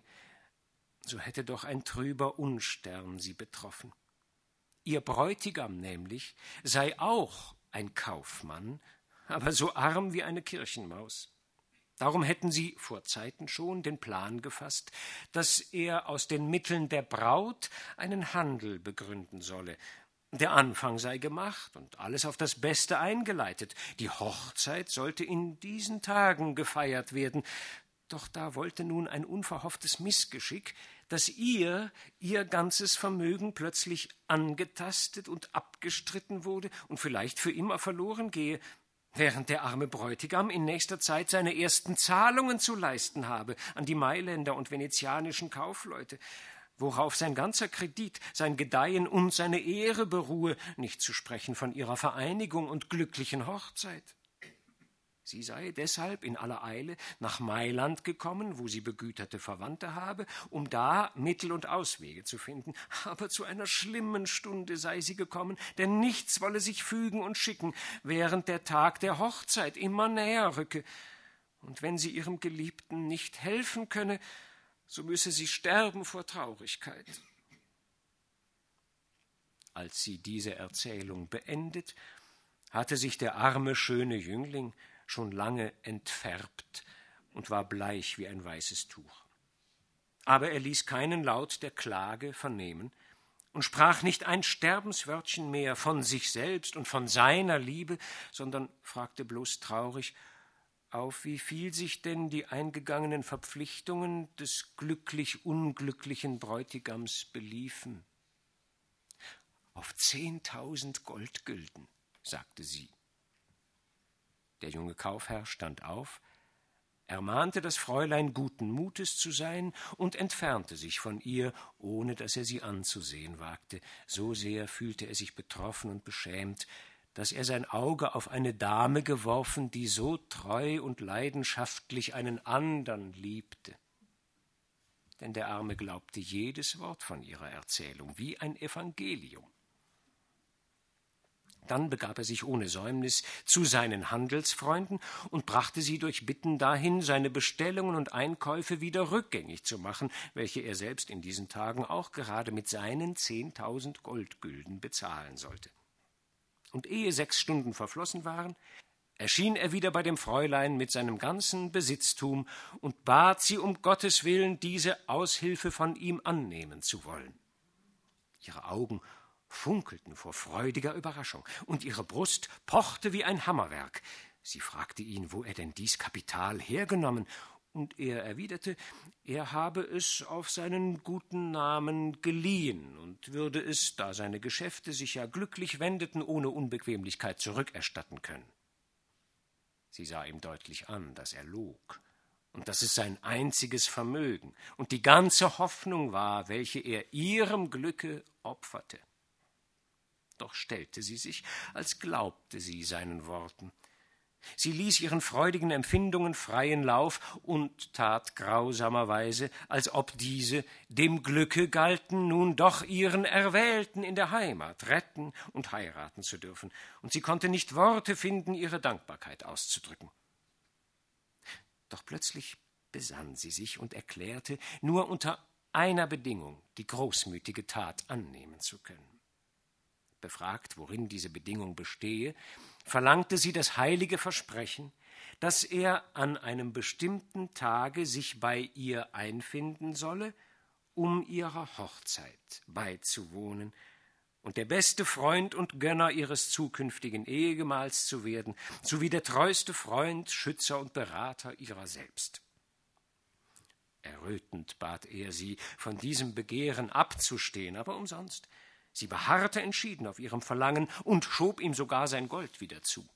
so hätte doch ein trüber Unstern sie betroffen. Ihr Bräutigam nämlich sei auch ein Kaufmann, aber so arm wie eine Kirchenmaus. Darum hätten sie vor Zeiten schon den Plan gefasst, dass er aus den Mitteln der Braut einen Handel begründen solle. Der Anfang sei gemacht und alles auf das Beste eingeleitet. Die Hochzeit sollte in diesen Tagen gefeiert werden. Doch da wollte nun ein unverhofftes Missgeschick, dass ihr ganzes Vermögen plötzlich angetastet und abgestritten wurde und vielleicht für immer verloren gehe, während der arme Bräutigam in nächster Zeit seine ersten Zahlungen zu leisten habe an die Mailänder und venezianischen Kaufleute, worauf sein ganzer Kredit, sein Gedeihen und seine Ehre beruhe, nicht zu sprechen von ihrer Vereinigung und glücklichen Hochzeit. Sie sei deshalb in aller Eile nach Mailand gekommen, wo sie begüterte Verwandte habe, um da Mittel und Auswege zu finden. Aber zu einer schlimmen Stunde sei sie gekommen, denn nichts wolle sich fügen und schicken, während der Tag der Hochzeit immer näher rücke. Und wenn sie ihrem Geliebten nicht helfen könne, so müsse sie sterben vor Traurigkeit. Als sie diese Erzählung beendet, hatte sich der arme, schöne Jüngling schon lange entfärbt und war bleich wie ein weißes Tuch. Aber er ließ keinen Laut der Klage vernehmen und sprach nicht ein Sterbenswörtchen mehr von sich selbst und von seiner Liebe, sondern fragte bloß traurig, auf wie viel sich denn die eingegangenen Verpflichtungen des glücklich-unglücklichen Bräutigams beliefen. Auf 10.000 Goldgülden, sagte sie. Der junge Kaufherr stand auf, ermahnte das Fräulein, guten Mutes zu sein, und entfernte sich von ihr, ohne dass er sie anzusehen wagte. So sehr fühlte er sich betroffen und beschämt, dass er sein Auge auf eine Dame geworfen, die so treu und leidenschaftlich einen andern liebte. Denn der Arme glaubte jedes Wort von ihrer Erzählung, wie ein Evangelium. Dann begab er sich ohne Säumnis zu seinen Handelsfreunden und brachte sie durch Bitten dahin, seine Bestellungen und Einkäufe wieder rückgängig zu machen, welche er selbst in diesen Tagen auch gerade mit seinen 10.000 Goldgülden bezahlen sollte. Und ehe 6 Stunden verflossen waren, erschien er wieder bei dem Fräulein mit seinem ganzen Besitztum und bat sie um Gottes Willen, diese Aushilfe von ihm annehmen zu wollen. Ihre Augen funkelten vor freudiger Überraschung, und ihre Brust pochte wie ein Hammerwerk. Sie fragte ihn, wo er denn dies Kapital hergenommen, und er erwiderte, er habe es auf seinen guten Namen geliehen und würde es, da seine Geschäfte sich ja glücklich wendeten, ohne Unbequemlichkeit zurückerstatten können. Sie sah ihm deutlich an, dass er log und dass es sein einziges Vermögen und die ganze Hoffnung war, welche er ihrem Glücke opferte. Doch stellte sie sich, als glaubte sie seinen Worten. Sie ließ ihren freudigen Empfindungen freien Lauf und tat grausamerweise, als ob diese dem Glücke galten, nun doch ihren Erwählten in der Heimat retten und heiraten zu dürfen, und sie konnte nicht Worte finden, ihre Dankbarkeit auszudrücken. Doch plötzlich besann sie sich und erklärte, nur unter einer Bedingung die großmütige Tat annehmen zu können. Befragt, worin diese Bedingung bestehe, verlangte sie das heilige Versprechen, dass er an einem bestimmten Tage sich bei ihr einfinden solle, um ihrer Hochzeit beizuwohnen und der beste Freund und Gönner ihres zukünftigen Ehegemahls zu werden, sowie der treueste Freund, Schützer und Berater ihrer selbst. Errötend bat er sie, von diesem Begehren abzustehen, aber umsonst. Sie beharrte entschieden auf ihrem Verlangen und schob ihm sogar sein Gold wieder zu.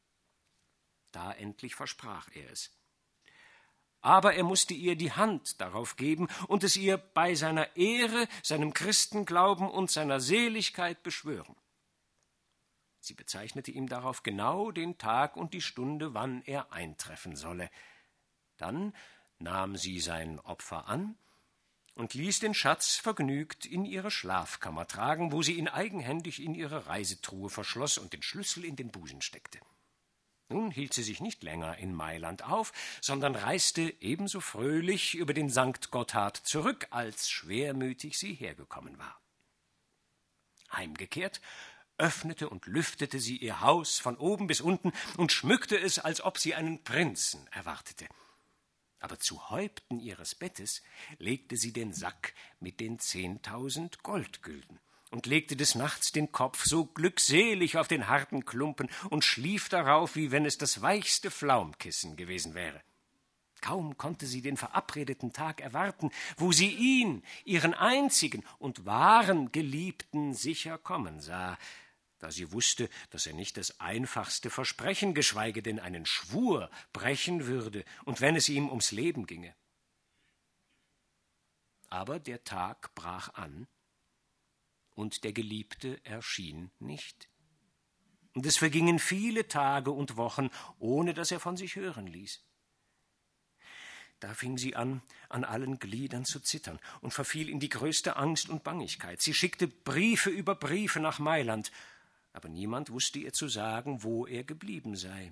Da endlich versprach er es. Aber er musste ihr die Hand darauf geben und es ihr bei seiner Ehre, seinem Christenglauben und seiner Seligkeit beschwören. Sie bezeichnete ihm darauf genau den Tag und die Stunde, wann er eintreffen solle. Dann nahm sie sein Opfer an und ließ den Schatz vergnügt in ihre Schlafkammer tragen, wo sie ihn eigenhändig in ihre Reisetruhe verschloss und den Schlüssel in den Busen steckte. Nun hielt sie sich nicht länger in Mailand auf, sondern reiste ebenso fröhlich über den Sankt Gotthard zurück, als schwermütig sie hergekommen war. Heimgekehrt, öffnete und lüftete sie ihr Haus von oben bis unten und schmückte es, als ob sie einen Prinzen erwartete. Aber zu Häupten ihres Bettes legte sie den Sack mit den 10.000 Goldgülden und legte des Nachts den Kopf so glückselig auf den harten Klumpen und schlief darauf, wie wenn es das weichste Flaumkissen gewesen wäre. Kaum konnte sie den verabredeten Tag erwarten, wo sie ihn, ihren einzigen und wahren Geliebten, sicher kommen sah, da sie wusste, dass er nicht das einfachste Versprechen, geschweige denn einen Schwur, brechen würde, und wenn es ihm ums Leben ginge. Aber der Tag brach an, und der Geliebte erschien nicht. Und es vergingen viele Tage und Wochen, ohne dass er von sich hören ließ. Da fing sie an allen Gliedern zu zittern und verfiel in die größte Angst und Bangigkeit. Sie schickte Briefe über Briefe nach Mailand, aber niemand wusste ihr zu sagen, wo er geblieben sei.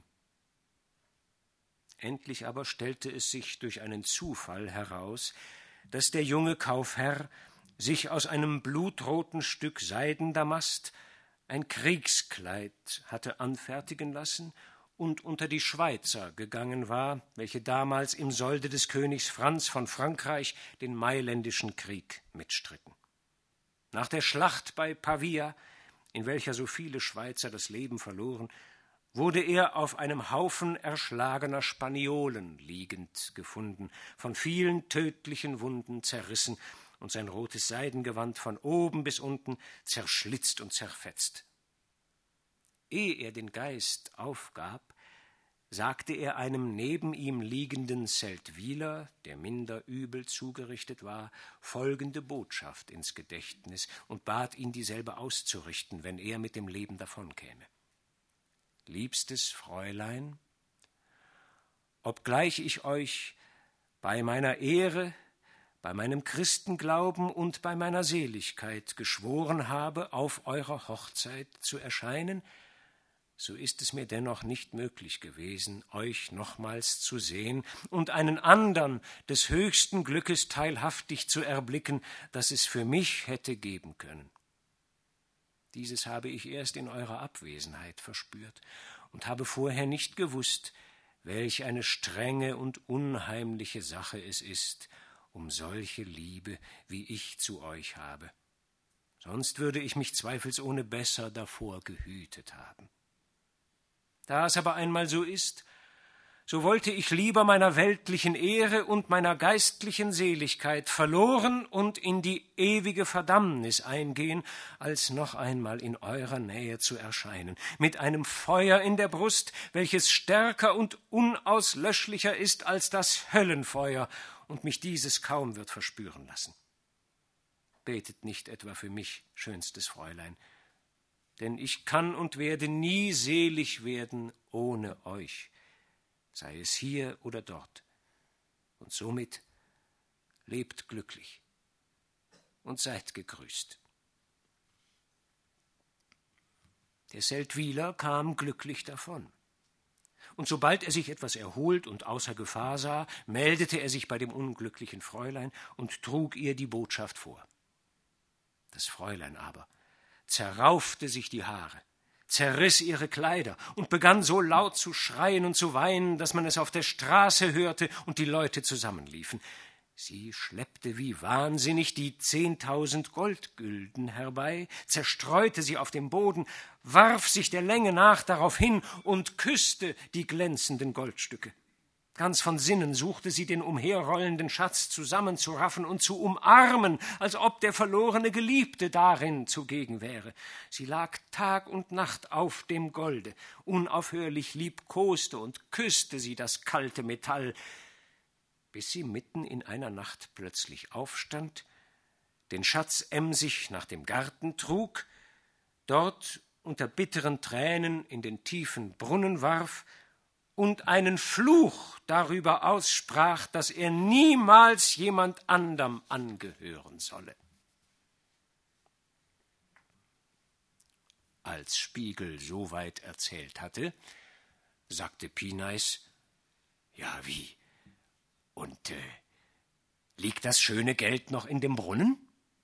Endlich aber stellte es sich durch einen Zufall heraus, dass der junge Kaufherr sich aus einem blutroten Stück Seidendamast ein Kriegskleid hatte anfertigen lassen und unter die Schweizer gegangen war, welche damals im Solde des Königs Franz von Frankreich den Mailändischen Krieg mitstritten. Nach der Schlacht bei Pavia, in welcher so viele Schweizer das Leben verloren, wurde er auf einem Haufen erschlagener Spaniolen liegend gefunden, von vielen tödlichen Wunden zerrissen und sein rotes Seidengewand von oben bis unten zerschlitzt und zerfetzt. Ehe er den Geist aufgab, sagte er einem neben ihm liegenden Seldwyler, der minder übel zugerichtet war, folgende Botschaft ins Gedächtnis und bat ihn, dieselbe auszurichten, wenn er mit dem Leben davonkäme. Liebstes Fräulein, obgleich ich euch bei meiner Ehre, bei meinem Christenglauben und bei meiner Seligkeit geschworen habe, auf eurer Hochzeit zu erscheinen, so ist es mir dennoch nicht möglich gewesen, euch nochmals zu sehen und einen andern des höchsten Glückes teilhaftig zu erblicken, das es für mich hätte geben können. Dieses habe ich erst in eurer Abwesenheit verspürt und habe vorher nicht gewusst, welch eine strenge und unheimliche Sache es ist, um solche Liebe, wie ich zu euch habe. Sonst würde ich mich zweifelsohne besser davor gehütet haben. Da es aber einmal so ist, so wollte ich lieber meiner weltlichen Ehre und meiner geistlichen Seligkeit verloren und in die ewige Verdammnis eingehen, als noch einmal in eurer Nähe zu erscheinen, mit einem Feuer in der Brust, welches stärker und unauslöschlicher ist als das Höllenfeuer und mich dieses kaum wird verspüren lassen. Betet nicht etwa für mich, schönstes Fräulein, denn ich kann und werde nie selig werden ohne euch, sei es hier oder dort. Und somit lebt glücklich und seid gegrüßt. Der Seldwyler kam glücklich davon. und sobald er sich etwas erholt und außer Gefahr sah, meldete er sich bei dem unglücklichen Fräulein und trug ihr die Botschaft vor. Das Fräulein aber zerraufte sich die Haare, zerriss ihre Kleider und begann so laut zu schreien und zu weinen, dass man es auf der Straße hörte und die Leute zusammenliefen. Sie schleppte wie wahnsinnig die 10.000 Goldgülden herbei, zerstreute sie auf dem Boden, warf sich der Länge nach darauf hin und küßte die glänzenden Goldstücke. Ganz von Sinnen suchte sie, den umherrollenden Schatz zusammenzuraffen und zu umarmen, als ob der verlorene Geliebte darin zugegen wäre. Sie lag Tag und Nacht auf dem Golde, unaufhörlich liebkoste und küßte sie das kalte Metall, bis sie mitten in einer Nacht plötzlich aufstand, den Schatz emsig nach dem Garten trug, dort unter bitteren Tränen in den tiefen Brunnen warf und einen Fluch darüber aussprach, dass er niemals jemand anderem angehören solle. Als Spiegel soweit erzählt hatte, sagte Pineis: »Ja, wie? Und liegt das schöne Geld noch in dem Brunnen?«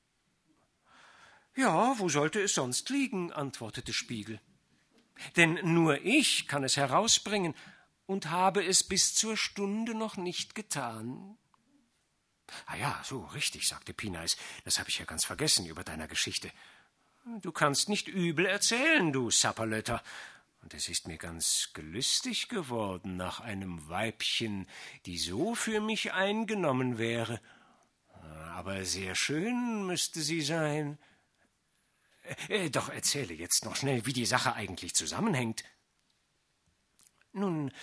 »Ja, wo sollte es sonst liegen?« antwortete Spiegel. »Denn nur ich kann es herausbringen und habe es bis zur Stunde noch nicht getan.« »Ah ja, so richtig«, sagte Pineis, »das habe ich ja ganz vergessen über deiner Geschichte. Du kannst nicht übel erzählen, du Sapperlötter. Und es ist mir ganz gelüstig geworden nach einem Weibchen, die so für mich eingenommen wäre. Aber sehr schön müsste sie sein. Doch erzähle jetzt noch schnell, wie die Sache eigentlich zusammenhängt.« »Nun,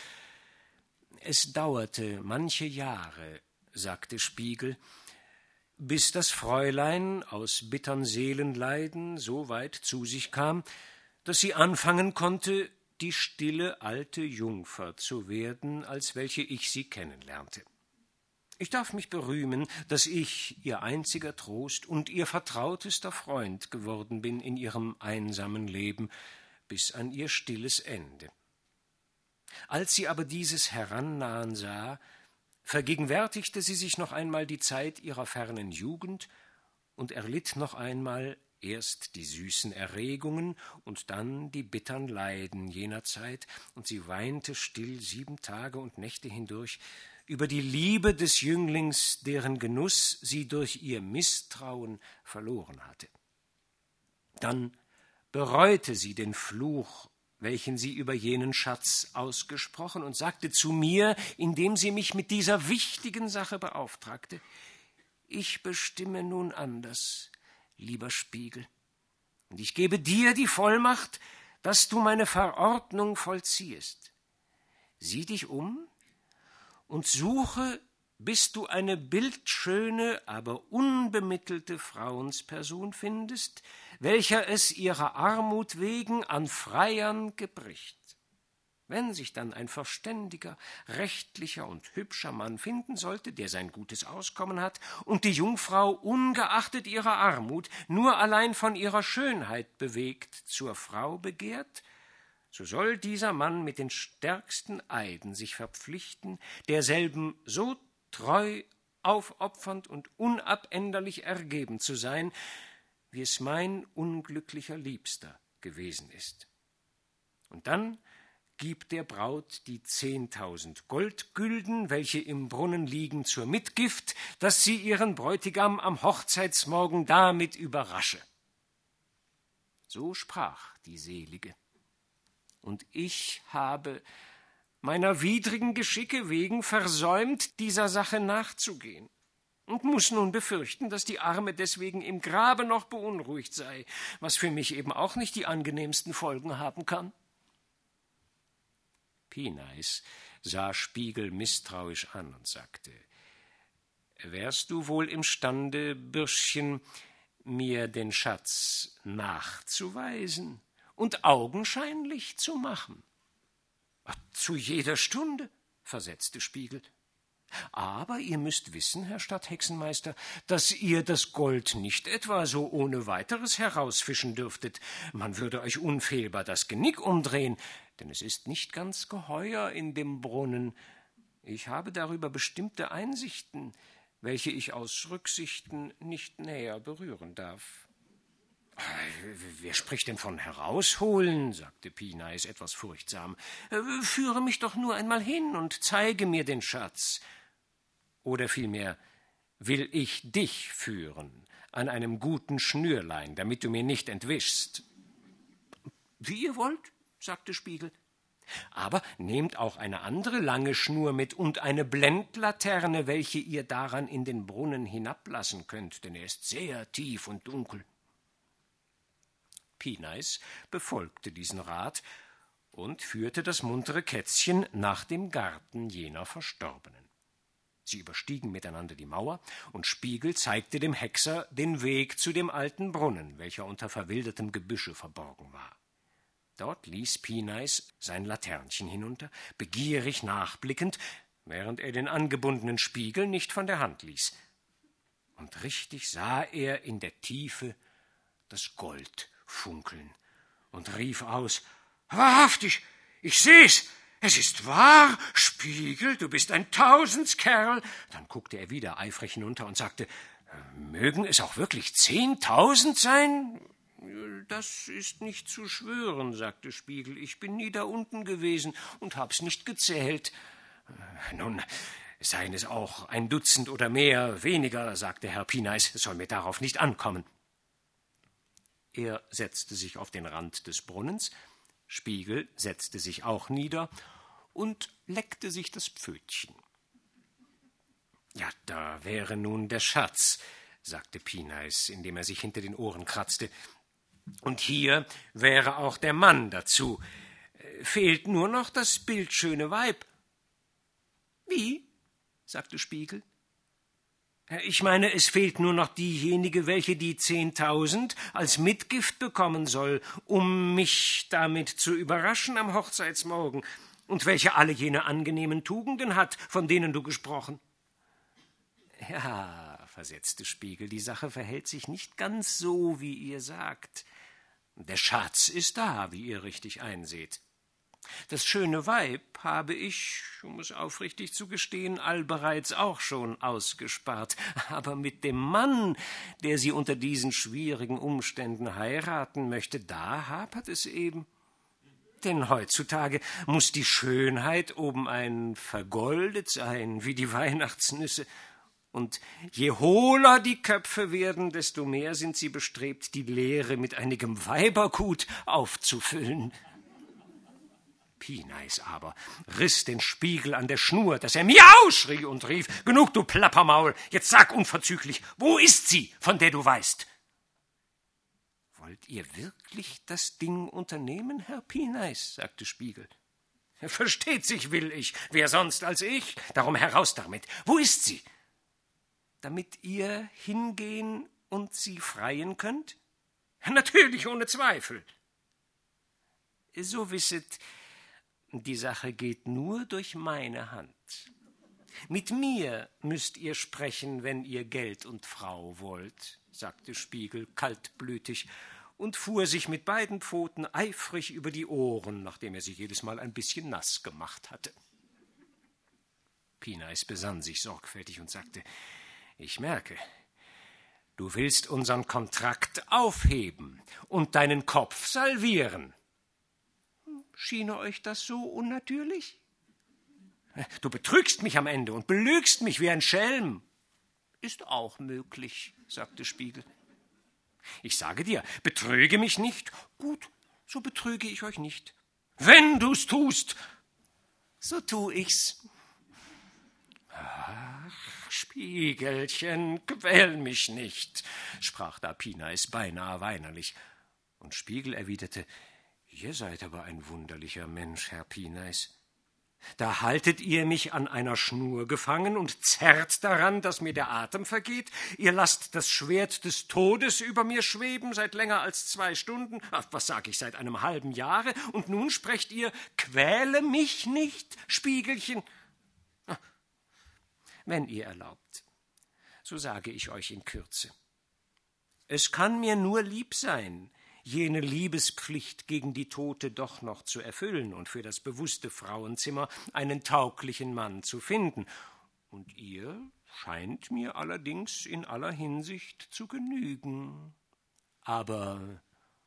es dauerte manche Jahre«, sagte Spiegel, »bis das Fräulein aus bittern Seelenleiden so weit zu sich kam, dass sie anfangen konnte, die stille alte Jungfer zu werden, als welche ich sie kennenlernte. Ich darf mich berühmen, dass ich ihr einziger Trost und ihr vertrautester Freund geworden bin in ihrem einsamen Leben bis an ihr stilles Ende. Als sie aber dieses herannahen sah, vergegenwärtigte sie sich noch einmal die Zeit ihrer fernen Jugend und erlitt noch einmal erst die süßen Erregungen und dann die bittern Leiden jener Zeit, und sie weinte still 7 Tage und Nächte hindurch über die Liebe des Jünglings, deren Genuss sie durch ihr Misstrauen verloren hatte. Dann bereute sie den Fluch, welchen sie über jenen Schatz ausgesprochen, und sagte zu mir, indem sie mich mit dieser wichtigen Sache beauftragte: »Ich bestimme nun anders, lieber Spiegel, und ich gebe dir die Vollmacht, dass du meine Verordnung vollziehest. Sieh dich um und suche, bis du eine bildschöne, aber unbemittelte Frauensperson findest, welcher es ihrer Armut wegen an Freiern gebricht. Wenn sich dann ein verständiger, rechtlicher und hübscher Mann finden sollte, der sein gutes Auskommen hat, und die Jungfrau, ungeachtet ihrer Armut, nur allein von ihrer Schönheit bewegt, zur Frau begehrt, so soll dieser Mann mit den stärksten Eiden sich verpflichten, derselben so treu, aufopfernd und unabänderlich ergeben zu sein, wie es mein unglücklicher Liebster gewesen ist. Und dann gibt der Braut die 10.000 Goldgülden, welche im Brunnen liegen, zur Mitgift, dass sie ihren Bräutigam am Hochzeitsmorgen damit überrasche.« So sprach die Selige. Und ich habe meiner widrigen Geschicke wegen versäumt, dieser Sache nachzugehen, und muß nun befürchten, dass die Arme deswegen im Grabe noch beunruhigt sei, was für mich eben auch nicht die angenehmsten Folgen haben kann. Pineis sah Spiegel misstrauisch an und sagte: »Wärst du wohl imstande, Bürschchen, mir den Schatz nachzuweisen und augenscheinlich zu machen?« »Zu jeder Stunde«, versetzte Spiegel. »Aber ihr müsst wissen, Herr Stadthexenmeister, dass ihr das Gold nicht etwa so ohne weiteres herausfischen dürftet. Man würde euch unfehlbar das Genick umdrehen. denn es ist nicht ganz geheuer in dem Brunnen. Ich habe darüber bestimmte Einsichten, welche ich aus Rücksichten nicht näher berühren darf.« »Wer spricht denn von herausholen?« sagte Pineis etwas furchtsam. »Führe mich doch nur einmal hin und zeige mir den Schatz. Oder vielmehr will ich dich führen, an einem guten Schnürlein, damit du mir nicht entwischst.« »Wie ihr wollt«, sagte Spiegel. »Aber nehmt auch eine andere lange Schnur mit und eine Blendlaterne, welche ihr daran in den Brunnen hinablassen könnt, denn er ist sehr tief und dunkel.« Pineis befolgte diesen Rat und führte das muntere Kätzchen nach dem Garten jener Verstorbenen. Sie überstiegen miteinander die Mauer, und Spiegel zeigte dem Hexer den Weg zu dem alten Brunnen, welcher unter verwildertem Gebüsche verborgen war. Dort ließ Pineis sein Laternchen hinunter, begierig nachblickend, während er den angebundenen Spiegel nicht von der Hand ließ. Und richtig sah er in der Tiefe das Gold funkeln und rief aus: »Wahrhaftig, ich seh's! Es ist wahr, Spiegel, du bist ein Tausendskerl!« Dann guckte er wieder eifrig hinunter und sagte: »Mögen es auch wirklich 10.000 sein?« »Das ist nicht zu schwören«, sagte Spiegel. »Ich bin nie da unten gewesen und hab's nicht gezählt.« »Nun, seien es auch 1 Dutzend oder mehr, weniger«, sagte Herr Pineis, »es soll mir darauf nicht ankommen.« Er setzte sich auf den Rand des Brunnens, Spiegel setzte sich auch nieder und leckte sich das Pfötchen. »Ja, da wäre nun der Schatz«, sagte Pineis, indem er sich hinter den Ohren kratzte. »Und hier wäre auch der Mann dazu. Fehlt nur noch das bildschöne Weib.« »Wie?« sagte Spiegel. »Ich meine, es fehlt nur noch diejenige, welche die 10.000 als Mitgift bekommen soll, um mich damit zu überraschen am Hochzeitsmorgen, und welche alle jene angenehmen Tugenden hat, von denen du gesprochen.« »Ja«, versetzte Spiegel, »die Sache verhält sich nicht ganz so, wie ihr sagt. Der Schatz ist da, wie ihr richtig einseht. Das schöne Weib habe ich, um es aufrichtig zu gestehen, allbereits auch schon ausgespart. Aber mit dem Mann, der sie unter diesen schwierigen Umständen heiraten möchte, da hapert es eben. Denn heutzutage muß die Schönheit obenein vergoldet sein, wie die Weihnachtsnüsse. Und je hohler die Köpfe werden, desto mehr sind sie bestrebt, die Leere mit einigem Weibergut aufzufüllen.« Pineis aber riß den Spiegel an der Schnur, dass er »Miau«, schrie und rief: »Genug, du Plappermaul, jetzt sag unverzüglich, wo ist sie, von der du weißt?« »Wollt ihr wirklich das Ding unternehmen, Herr Pineis?« sagte Spiegel. »Versteht sich, will ich, wer sonst als ich? Darum heraus damit, wo ist sie?« »Damit ihr hingehen und sie freien könnt?« »Natürlich, ohne Zweifel.« »So wisset, die Sache geht nur durch meine Hand. Mit mir müsst ihr sprechen, wenn ihr Geld und Frau wollt«, sagte Spiegel kaltblütig und fuhr sich mit beiden Pfoten eifrig über die Ohren, nachdem er sie jedes Mal ein bisschen nass gemacht hatte. Pineis besann sich sorgfältig und sagte: »Ich merke, du willst unseren Kontrakt aufheben und deinen Kopf salvieren. Schiene euch das so unnatürlich? Du betrügst mich am Ende und belügst mich wie ein Schelm.« »Ist auch möglich«, sagte Spiegel. »Ich sage dir, betrüge mich nicht.« »Gut, so betrüge ich euch nicht.« »Wenn du's tust, so tu ich's.« »Ach, Spiegelchen, quäl mich nicht«, sprach da Pineis beinahe weinerlich. Und Spiegel erwiderte: »Ihr seid aber ein wunderlicher Mensch, Herr Pineis. Da haltet ihr mich an einer Schnur gefangen und zerrt daran, dass mir der Atem vergeht. Ihr lasst das Schwert des Todes über mir schweben seit länger als 2 Stunden, was sag ich, seit einem halben Jahre, und nun sprecht ihr, quäle mich nicht, Spiegelchen. Wenn ihr erlaubt, so sage ich euch in Kürze. Es kann mir nur lieb sein, jene Liebespflicht gegen die Tote doch noch zu erfüllen und für das bewusste Frauenzimmer einen tauglichen Mann zu finden. Und ihr scheint mir allerdings in aller Hinsicht zu genügen. Aber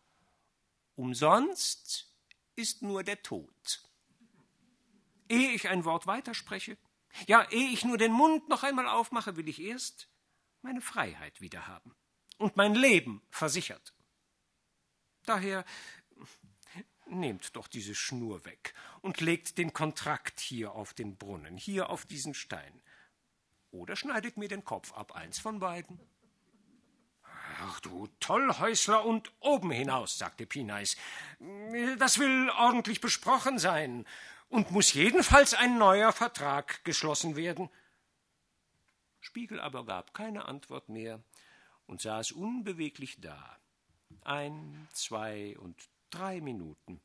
umsonst ist nur der Tod. Ehe ich ein Wort weiterspreche, ja, ehe ich nur den Mund noch einmal aufmache, will ich erst meine Freiheit wiederhaben und mein Leben versichert. Daher nehmt doch diese Schnur weg und legt den Kontrakt hier auf den Brunnen, hier auf diesen Stein. Oder schneidet mir den Kopf ab, eins von beiden. »Ach du Tollhäusler und oben hinaus«, sagte Pineiß. »Das will ordentlich besprochen sein und muß jedenfalls ein neuer Vertrag geschlossen werden.« Spiegel aber gab keine Antwort mehr und saß unbeweglich da. 1, 2 und 3 Minuten.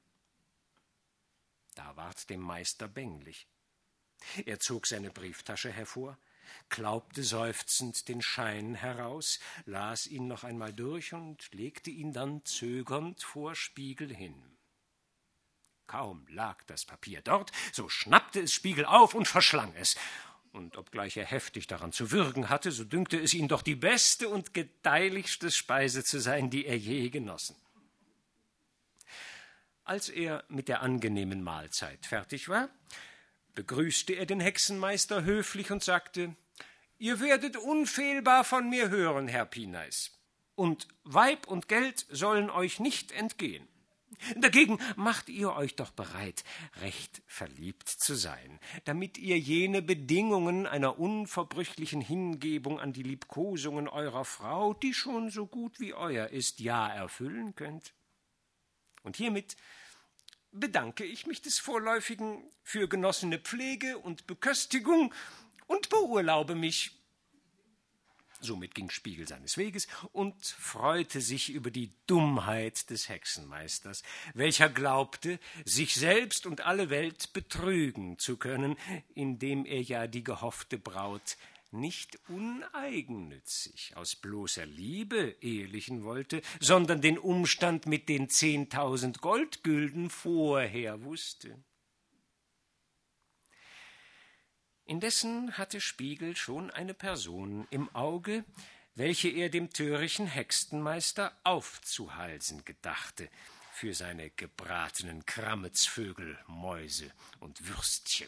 Da ward dem Meister bänglich. Er zog seine Brieftasche hervor, klaubte seufzend den Schein heraus, las ihn noch einmal durch und legte ihn dann zögernd vor Spiegel hin. Kaum lag das Papier dort, so schnappte es Spiegel auf und verschlang es. Und obgleich er heftig daran zu würgen hatte, so dünkte es ihn doch die beste und gedeihlichste Speise zu sein, die er je genossen. Als er mit der angenehmen Mahlzeit fertig war, begrüßte er den Hexenmeister höflich und sagte: »Ihr werdet unfehlbar von mir hören, Herr Pineiß, und Weib und Geld sollen euch nicht entgehen. Dagegen macht ihr euch doch bereit, recht verliebt zu sein, damit ihr jene Bedingungen einer unverbrüchlichen Hingebung an die Liebkosungen eurer Frau, die schon so gut wie euer ist, ja erfüllen könnt. Und hiermit bedanke ich mich des Vorläufigen für genossene Pflege und Beköstigung und beurlaube mich.« Somit ging Spiegel seines Weges und freute sich über die Dummheit des Hexenmeisters, welcher glaubte, sich selbst und alle Welt betrügen zu können, indem er ja die gehoffte Braut nicht uneigennützig aus bloßer Liebe ehelichen wollte, sondern den Umstand mit den 10.000 Goldgülden vorher wusste. Indessen hatte Spiegel schon eine Person im Auge, welche er dem törichten Hexenmeister aufzuhalsen gedachte für seine gebratenen Krammetsvögel, Mäuse und Würstchen.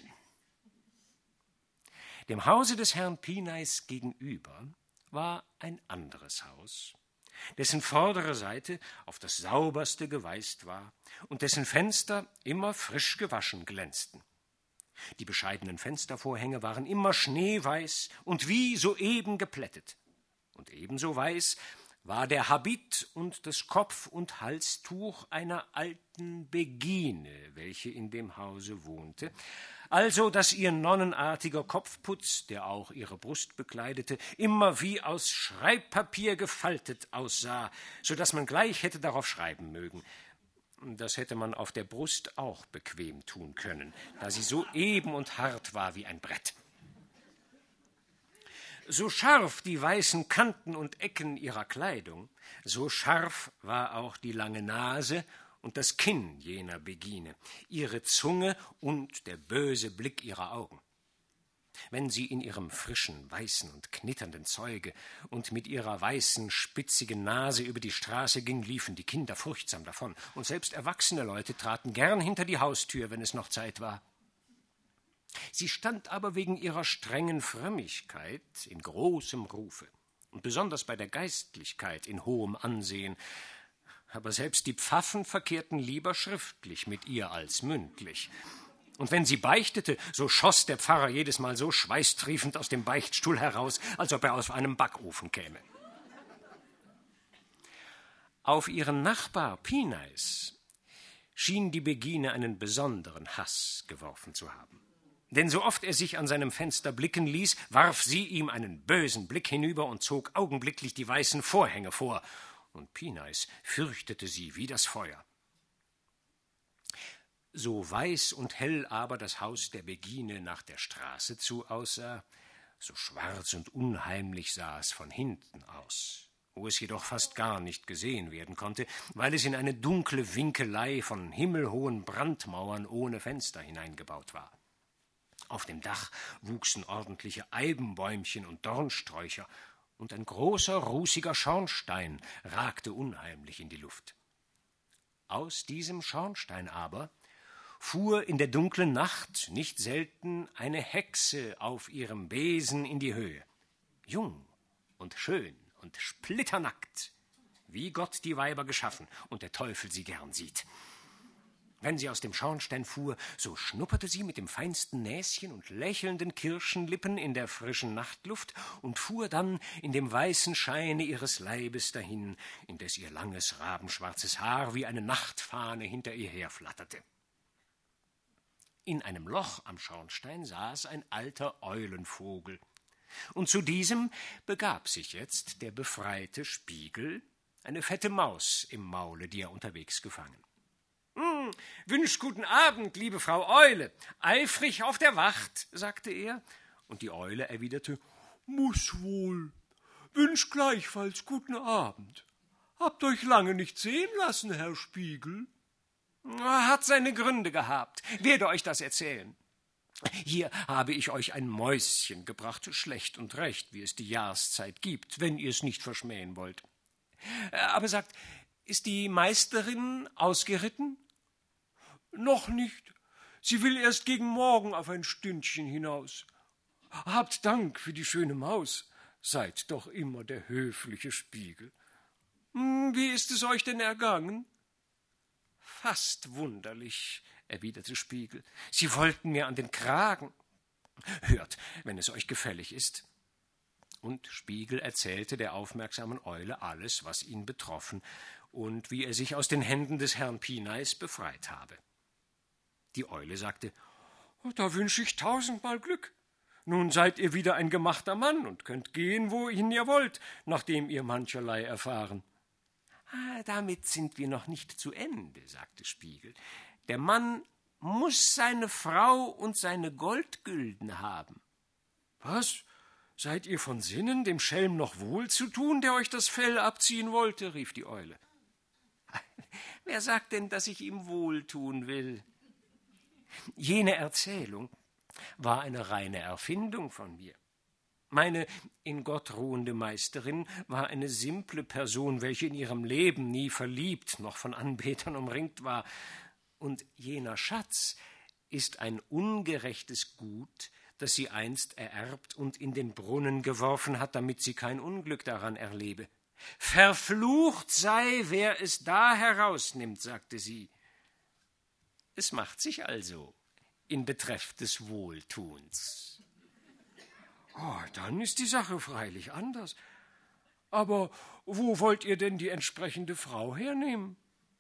Dem Hause des Herrn Pineiß gegenüber war ein anderes Haus, dessen vordere Seite auf das sauberste geweißt war und dessen Fenster immer frisch gewaschen glänzten. Die bescheidenen Fenstervorhänge waren immer schneeweiß und wie soeben geplättet. Und ebenso weiß war der Habit und das Kopf- und Halstuch einer alten Begine, welche in dem Hause wohnte, also daß ihr nonnenartiger Kopfputz, der auch ihre Brust bekleidete, immer wie aus Schreibpapier gefaltet aussah, so daß man gleich hätte darauf schreiben mögen. Das hätte man auf der Brust auch bequem tun können, da sie so eben und hart war wie ein Brett. So scharf die weißen Kanten und Ecken ihrer Kleidung, so scharf war auch die lange Nase und das Kinn jener Begine, ihre Zunge und der böse Blick ihrer Augen. Wenn sie in ihrem frischen, weißen und knitternden Zeuge und mit ihrer weißen, spitzigen Nase über die Straße ging, liefen die Kinder furchtsam davon, und selbst erwachsene Leute traten gern hinter die Haustür, wenn es noch Zeit war. Sie stand aber wegen ihrer strengen Frömmigkeit in großem Rufe und besonders bei der Geistlichkeit in hohem Ansehen, aber selbst die Pfaffen verkehrten lieber schriftlich mit ihr als mündlich. Und wenn sie beichtete, so schoss der Pfarrer jedes Mal so schweißtriefend aus dem Beichtstuhl heraus, als ob er aus einem Backofen käme. Auf ihren Nachbar Pineiß schien die Begine einen besonderen Hass geworfen zu haben. Denn so oft er sich an seinem Fenster blicken ließ, warf sie ihm einen bösen Blick hinüber und zog augenblicklich die weißen Vorhänge vor, und Pineiß fürchtete sie wie das Feuer. So weiß und hell aber das Haus der Begine nach der Straße zu aussah, so schwarz und unheimlich sah es von hinten aus. wo es jedoch fast gar nicht gesehen werden konnte, weil es in eine dunkle Winkelei von himmelhohen Brandmauern ohne Fenster hineingebaut war. Auf dem Dach wuchsen ordentliche Eibenbäumchen und Dornsträucher, und ein großer, rußiger Schornstein ragte unheimlich in die Luft. Aus diesem Schornstein aber fuhr in der dunklen Nacht nicht selten eine Hexe auf ihrem Besen in die Höhe, jung und schön und splitternackt, wie Gott die Weiber geschaffen und der Teufel sie gern sieht. Wenn sie aus dem Schornstein fuhr, so schnupperte sie mit dem feinsten Näschen und lächelnden Kirschenlippen in der frischen Nachtluft und fuhr dann in dem weißen Scheine ihres Leibes dahin, indes ihr langes, rabenschwarzes Haar wie eine Nachtfahne hinter ihr herflatterte. In einem Loch am Schornstein saß ein alter Eulenvogel, und zu diesem begab sich jetzt der befreite Spiegel, eine fette Maus im Maule, die er unterwegs gefangen. »Wünscht guten Abend, liebe Frau Eule, eifrig auf der Wacht«, sagte er, und die Eule erwiderte, »Muß wohl, wünscht gleichfalls guten Abend. Habt euch lange nicht sehen lassen, Herr Spiegel?« »Hat seine Gründe gehabt, werde euch das erzählen. Hier habe ich euch ein Mäuschen gebracht, schlecht und recht, wie es die Jahreszeit gibt, wenn ihr es nicht verschmähen wollt. Aber sagt, ist die Meisterin ausgeritten?« »Noch nicht. Sie will erst gegen morgen auf ein Stündchen hinaus. Habt Dank für die schöne Maus. Seid doch immer der höfliche Spiegel. Wie ist es euch denn ergangen?« »Fast wunderlich«, erwiderte Spiegel. »Sie wollten mir an den Kragen. Hört, wenn es euch gefällig ist.« Und Spiegel erzählte der aufmerksamen Eule alles, was ihn betroffen und wie er sich aus den Händen des Herrn Pineis befreit habe. Die Eule sagte, »Da wünsche ich 1000-mal Glück. Nun seid ihr wieder ein gemachter Mann und könnt gehen, wohin ihr wollt, nachdem ihr mancherlei erfahren.« »Damit sind wir noch nicht zu Ende«, sagte Spiegel. »Der Mann muß seine Frau und seine Goldgülden haben.« »Was? Seid ihr von Sinnen, dem Schelm noch wohl zu tun, der euch das Fell abziehen wollte?« rief die Eule. »Wer sagt denn, dass ich ihm wohltun will? Jene Erzählung war eine reine Erfindung von mir. Meine in Gott ruhende Meisterin war eine simple Person, welche in ihrem Leben nie verliebt noch von Anbetern umringt war. Und jener Schatz ist ein ungerechtes Gut, das sie einst ererbt und in den Brunnen geworfen hat, damit sie kein Unglück daran erlebe. Verflucht sei, wer es da herausnimmt, sagte sie. Es macht sich also in Betreff des Wohltuns.« Dann ist die Sache freilich anders. Aber wo wollt ihr denn die entsprechende Frau hernehmen?«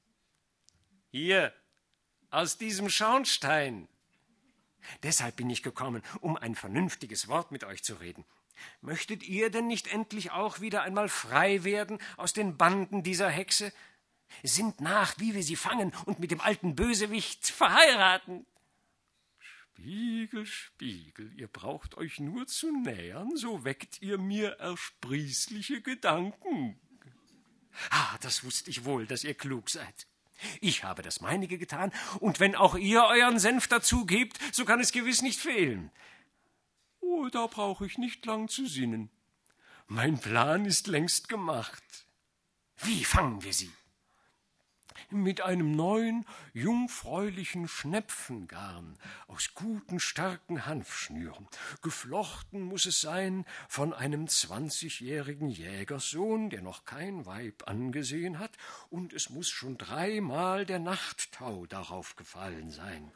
»Hier, aus diesem Schornstein. Deshalb bin ich gekommen, um ein vernünftiges Wort mit euch zu reden. Möchtet ihr denn nicht endlich auch wieder einmal frei werden aus den Banden dieser Hexe? Sinnt nach, wie wir sie fangen und mit dem alten Bösewicht verheiraten.« »Spiegel, Spiegel, ihr braucht euch nur zu nähern, so weckt ihr mir ersprießliche Gedanken.« Das wusste ich wohl, dass ihr klug seid. Ich habe das meinige getan, und wenn auch ihr euren Senf dazu gebt, so kann es gewiss nicht fehlen.« Da brauche ich nicht lang zu sinnen. Mein Plan ist längst gemacht.« »Wie fangen wir sie?« »Mit einem neuen, jungfräulichen Schnepfengarn aus guten, starken Hanfschnüren. Geflochten muß es sein von einem 20-jährigen Jägerssohn, der noch kein Weib angesehen hat, und es muß schon 3-mal der Nachttau darauf gefallen sein.«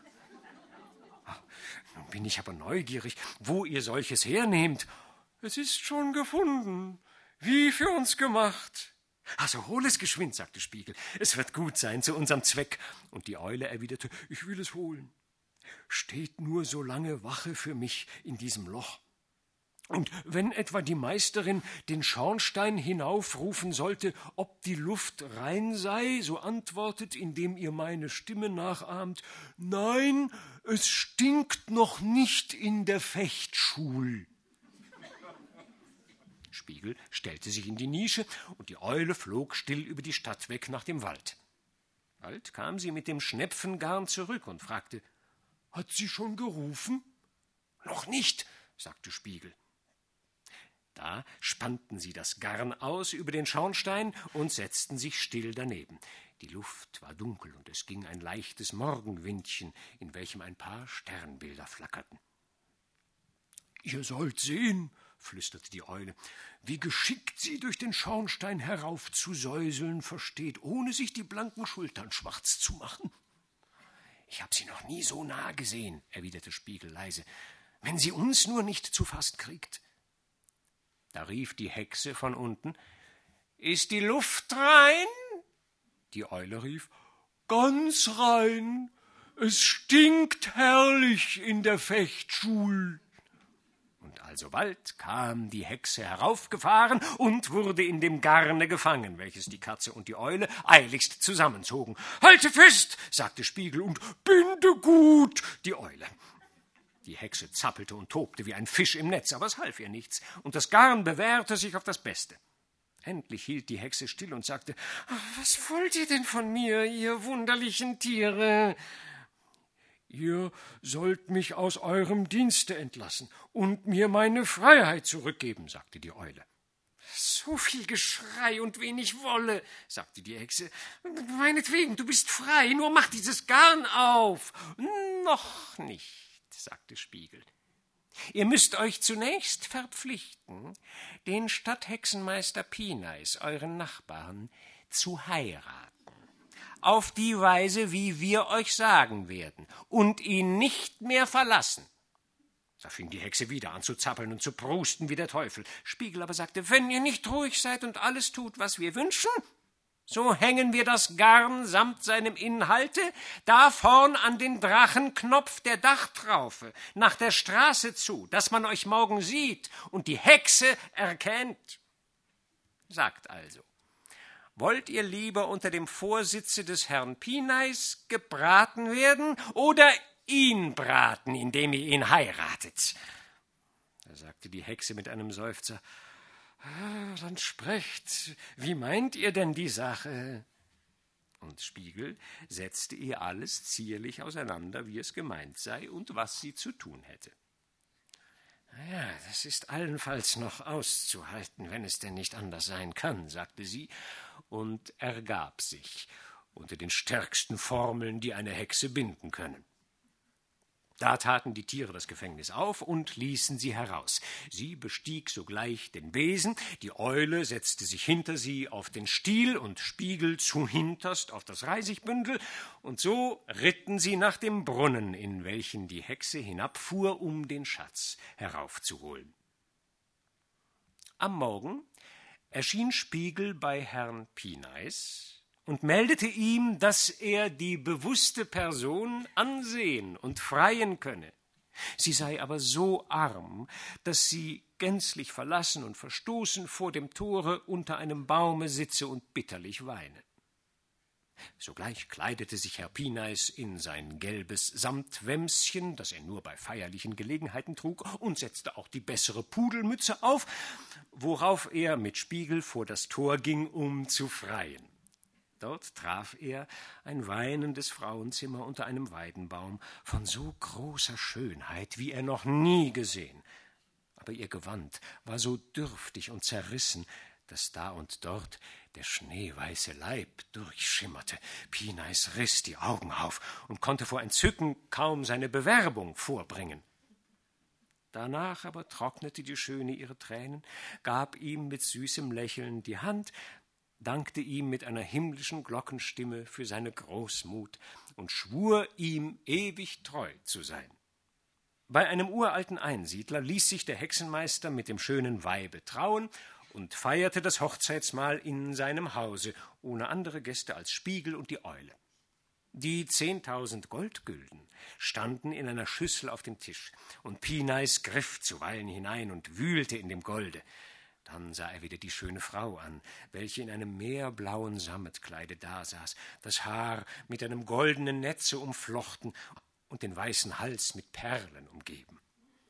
»Nun bin ich aber neugierig, wo ihr solches hernehmt.« »Es ist schon gefunden, wie für uns gemacht.« »So hol es geschwind«, sagte Spiegel. »Es wird gut sein zu unserem Zweck.« Und die Eule erwiderte, »Ich will es holen. Steht nur so lange Wache für mich in diesem Loch. Und wenn etwa die Meisterin den Schornstein hinaufrufen sollte, ob die Luft rein sei, so antwortet, indem ihr meine Stimme nachahmt, »Nein, es stinkt noch nicht in der Fechtschul.« Spiegel stellte sich in die Nische, und die Eule flog still über die Stadt weg nach dem Wald. Bald kam sie mit dem Schnepfengarn zurück und fragte: »Hat sie schon gerufen?« »Noch nicht«, sagte Spiegel. Da spannten sie das Garn aus über den Schornstein und setzten sich still daneben. Die Luft war dunkel, und es ging ein leichtes Morgenwindchen, in welchem ein paar Sternbilder flackerten. »Ihr sollt sehen«, flüsterte die Eule, »wie geschickt sie durch den Schornstein heraufzusäuseln versteht, ohne sich die blanken Schultern schwarz zu machen.« »Ich habe sie noch nie so nah gesehen«, erwiderte Spiegel leise, »wenn sie uns nur nicht zu fassen kriegt.« Da rief die Hexe von unten: »Ist die Luft rein?« Die Eule rief: »Ganz rein. Es stinkt herrlich in der Fechtschul.« Und alsobald kam die Hexe heraufgefahren und wurde in dem Garne gefangen, welches die Katze und die Eule eiligst zusammenzogen. »Halte fest«, sagte Spiegel, und »binde gut«, die Eule. Die Hexe zappelte und tobte wie ein Fisch im Netz, aber es half ihr nichts, und das Garn bewährte sich auf das Beste. Endlich hielt die Hexe still und sagte: »Was wollt ihr denn von mir, ihr wunderlichen Tiere?« »Ihr sollt mich aus eurem Dienste entlassen und mir meine Freiheit zurückgeben«, sagte die Eule. »So viel Geschrei und wenig Wolle«, sagte die Hexe. »Meinetwegen, du bist frei, nur mach dieses Garn auf.« »Noch nicht«, sagte Spiegel. »Ihr müsst euch zunächst verpflichten, den Stadthexenmeister Pineis, euren Nachbarn, zu heiraten. Auf die Weise, wie wir euch sagen werden, und ihn nicht mehr verlassen.« Da fing die Hexe wieder an zu zappeln und zu prusten wie der Teufel. Spiegel aber sagte: »Wenn ihr nicht ruhig seid und alles tut, was wir wünschen, so hängen wir das Garn samt seinem Inhalte da vorn an den Drachenknopf der Dachtraufe nach der Straße zu, dass man euch morgen sieht und die Hexe erkennt. Sagt also, wollt ihr lieber unter dem Vorsitze des Herrn Pineis gebraten werden oder ihn braten, indem ihr ihn heiratet?« Da sagte die Hexe mit einem Seufzer: »Dann sprecht, wie meint ihr denn die Sache?« Und Spiegel setzte ihr alles zierlich auseinander, wie es gemeint sei und was sie zu tun hätte. »Ja, das ist allenfalls noch auszuhalten, wenn es denn nicht anders sein kann«, sagte sie und ergab sich unter den stärksten Formeln, die eine Hexe binden können. Da taten die Tiere das Gefängnis auf und ließen sie heraus. Sie bestieg sogleich den Besen, die Eule setzte sich hinter sie auf den Stiel und Spiegel zuhinterst auf das Reisigbündel, und so ritten sie nach dem Brunnen, in welchen die Hexe hinabfuhr, um den Schatz heraufzuholen. Am Morgen erschien Spiegel bei Herrn Pineis und meldete ihm, dass er die bewusste Person ansehen und freien könne. Sie sei aber so arm, dass sie gänzlich verlassen und verstoßen vor dem Tore unter einem Baume sitze und bitterlich weine. Sogleich kleidete sich Herr Pineis in sein gelbes Samtwämschen, das er nur bei feierlichen Gelegenheiten trug, und setzte auch die bessere Pudelmütze auf, worauf er mit Spiegel vor das Tor ging, um zu freien. Dort traf er ein weinendes Frauenzimmer unter einem Weidenbaum von so großer Schönheit, wie er noch nie gesehen. Aber ihr Gewand war so dürftig und zerrissen, dass da und dort der schneeweiße Leib durchschimmerte. Pineis riss die Augen auf und konnte vor Entzücken kaum seine Bewerbung vorbringen. Danach aber trocknete die Schöne ihre Tränen, gab ihm mit süßem Lächeln die Hand, dankte ihm mit einer himmlischen Glockenstimme für seine Großmut und schwur ihm ewig treu zu sein. Bei einem uralten Einsiedler ließ sich der Hexenmeister mit dem schönen Weibe trauen und feierte das Hochzeitsmahl in seinem Hause, ohne andere Gäste als Spiegel und die Eule. Die 10.000 Goldgülden standen in einer Schüssel auf dem Tisch, und Pineis griff zuweilen hinein und wühlte in dem Golde. Dann sah er wieder die schöne Frau an, welche in einem meerblauen Sammetkleide dasaß, das Haar mit einem goldenen Netze umflochten und den weißen Hals mit Perlen umgeben.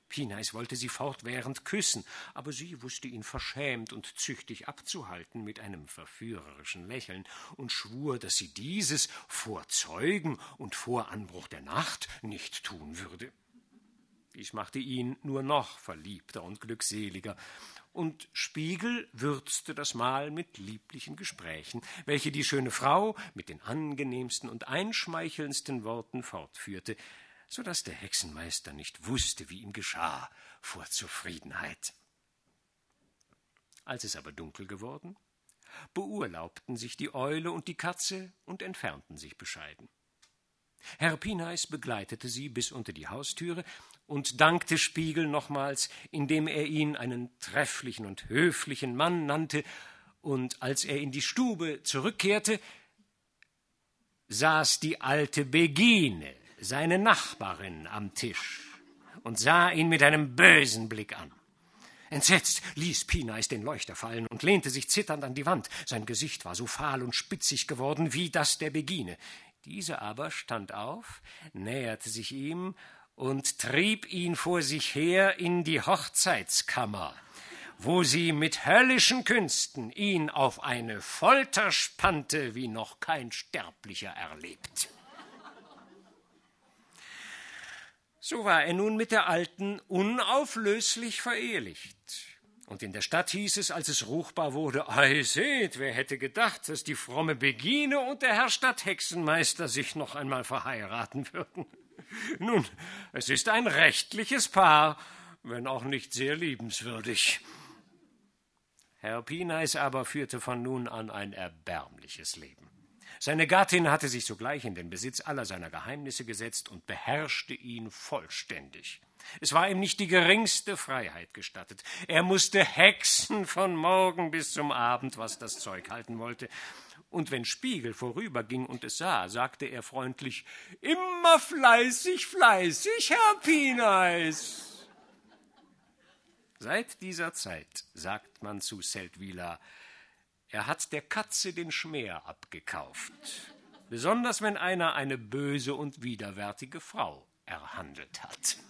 Pineis wollte sie fortwährend küssen, aber sie wusste ihn verschämt und züchtig abzuhalten mit einem verführerischen Lächeln und schwur, dass sie dieses vor Zeugen und vor Anbruch der Nacht nicht tun würde. Dies machte ihn nur noch verliebter und glückseliger, und Spiegel würzte das Mahl mit lieblichen Gesprächen, welche die schöne Frau mit den angenehmsten und einschmeichelndsten Worten fortführte, so daß der Hexenmeister nicht wusste, wie ihm geschah vor Zufriedenheit. Als es aber dunkel geworden, beurlaubten sich die Eule und die Katze und entfernten sich bescheiden. Herr Pineis begleitete sie bis unter die Haustüre und dankte Spiegel nochmals, indem er ihn einen trefflichen und höflichen Mann nannte, und als er in die Stube zurückkehrte, saß die alte Begine, seine Nachbarin, am Tisch und sah ihn mit einem bösen Blick an. Entsetzt ließ Pineis den Leuchter fallen und lehnte sich zitternd an die Wand. Sein Gesicht war so fahl und spitzig geworden wie das der Begine. Diese aber stand auf, näherte sich ihm und trieb ihn vor sich her in die Hochzeitskammer, wo sie mit höllischen Künsten ihn auf eine Folter spannte, wie noch kein Sterblicher erlebt. So war er nun mit der Alten unauflöslich verehelicht. Und in der Stadt hieß es, als es ruchbar wurde, »Ei, seht, wer hätte gedacht, dass die fromme Begine und der Herr Stadthexenmeister sich noch einmal verheiraten würden? Nun, es ist ein rechtliches Paar, wenn auch nicht sehr liebenswürdig.« Herr Pineis aber führte von nun an ein erbärmliches Leben. Seine Gattin hatte sich sogleich in den Besitz aller seiner Geheimnisse gesetzt und beherrschte ihn vollständig. Es war ihm nicht die geringste Freiheit gestattet. Er musste hexen von Morgen bis zum Abend, was das Zeug halten wollte. Und wenn Spiegel vorüberging und es sah, sagte er freundlich, »Immer fleißig, fleißig, Herr Pineis!« Seit dieser Zeit sagt man zu Seldwyla, er hat der Katze den Schmäher abgekauft, besonders wenn einer eine böse und widerwärtige Frau erhandelt hat.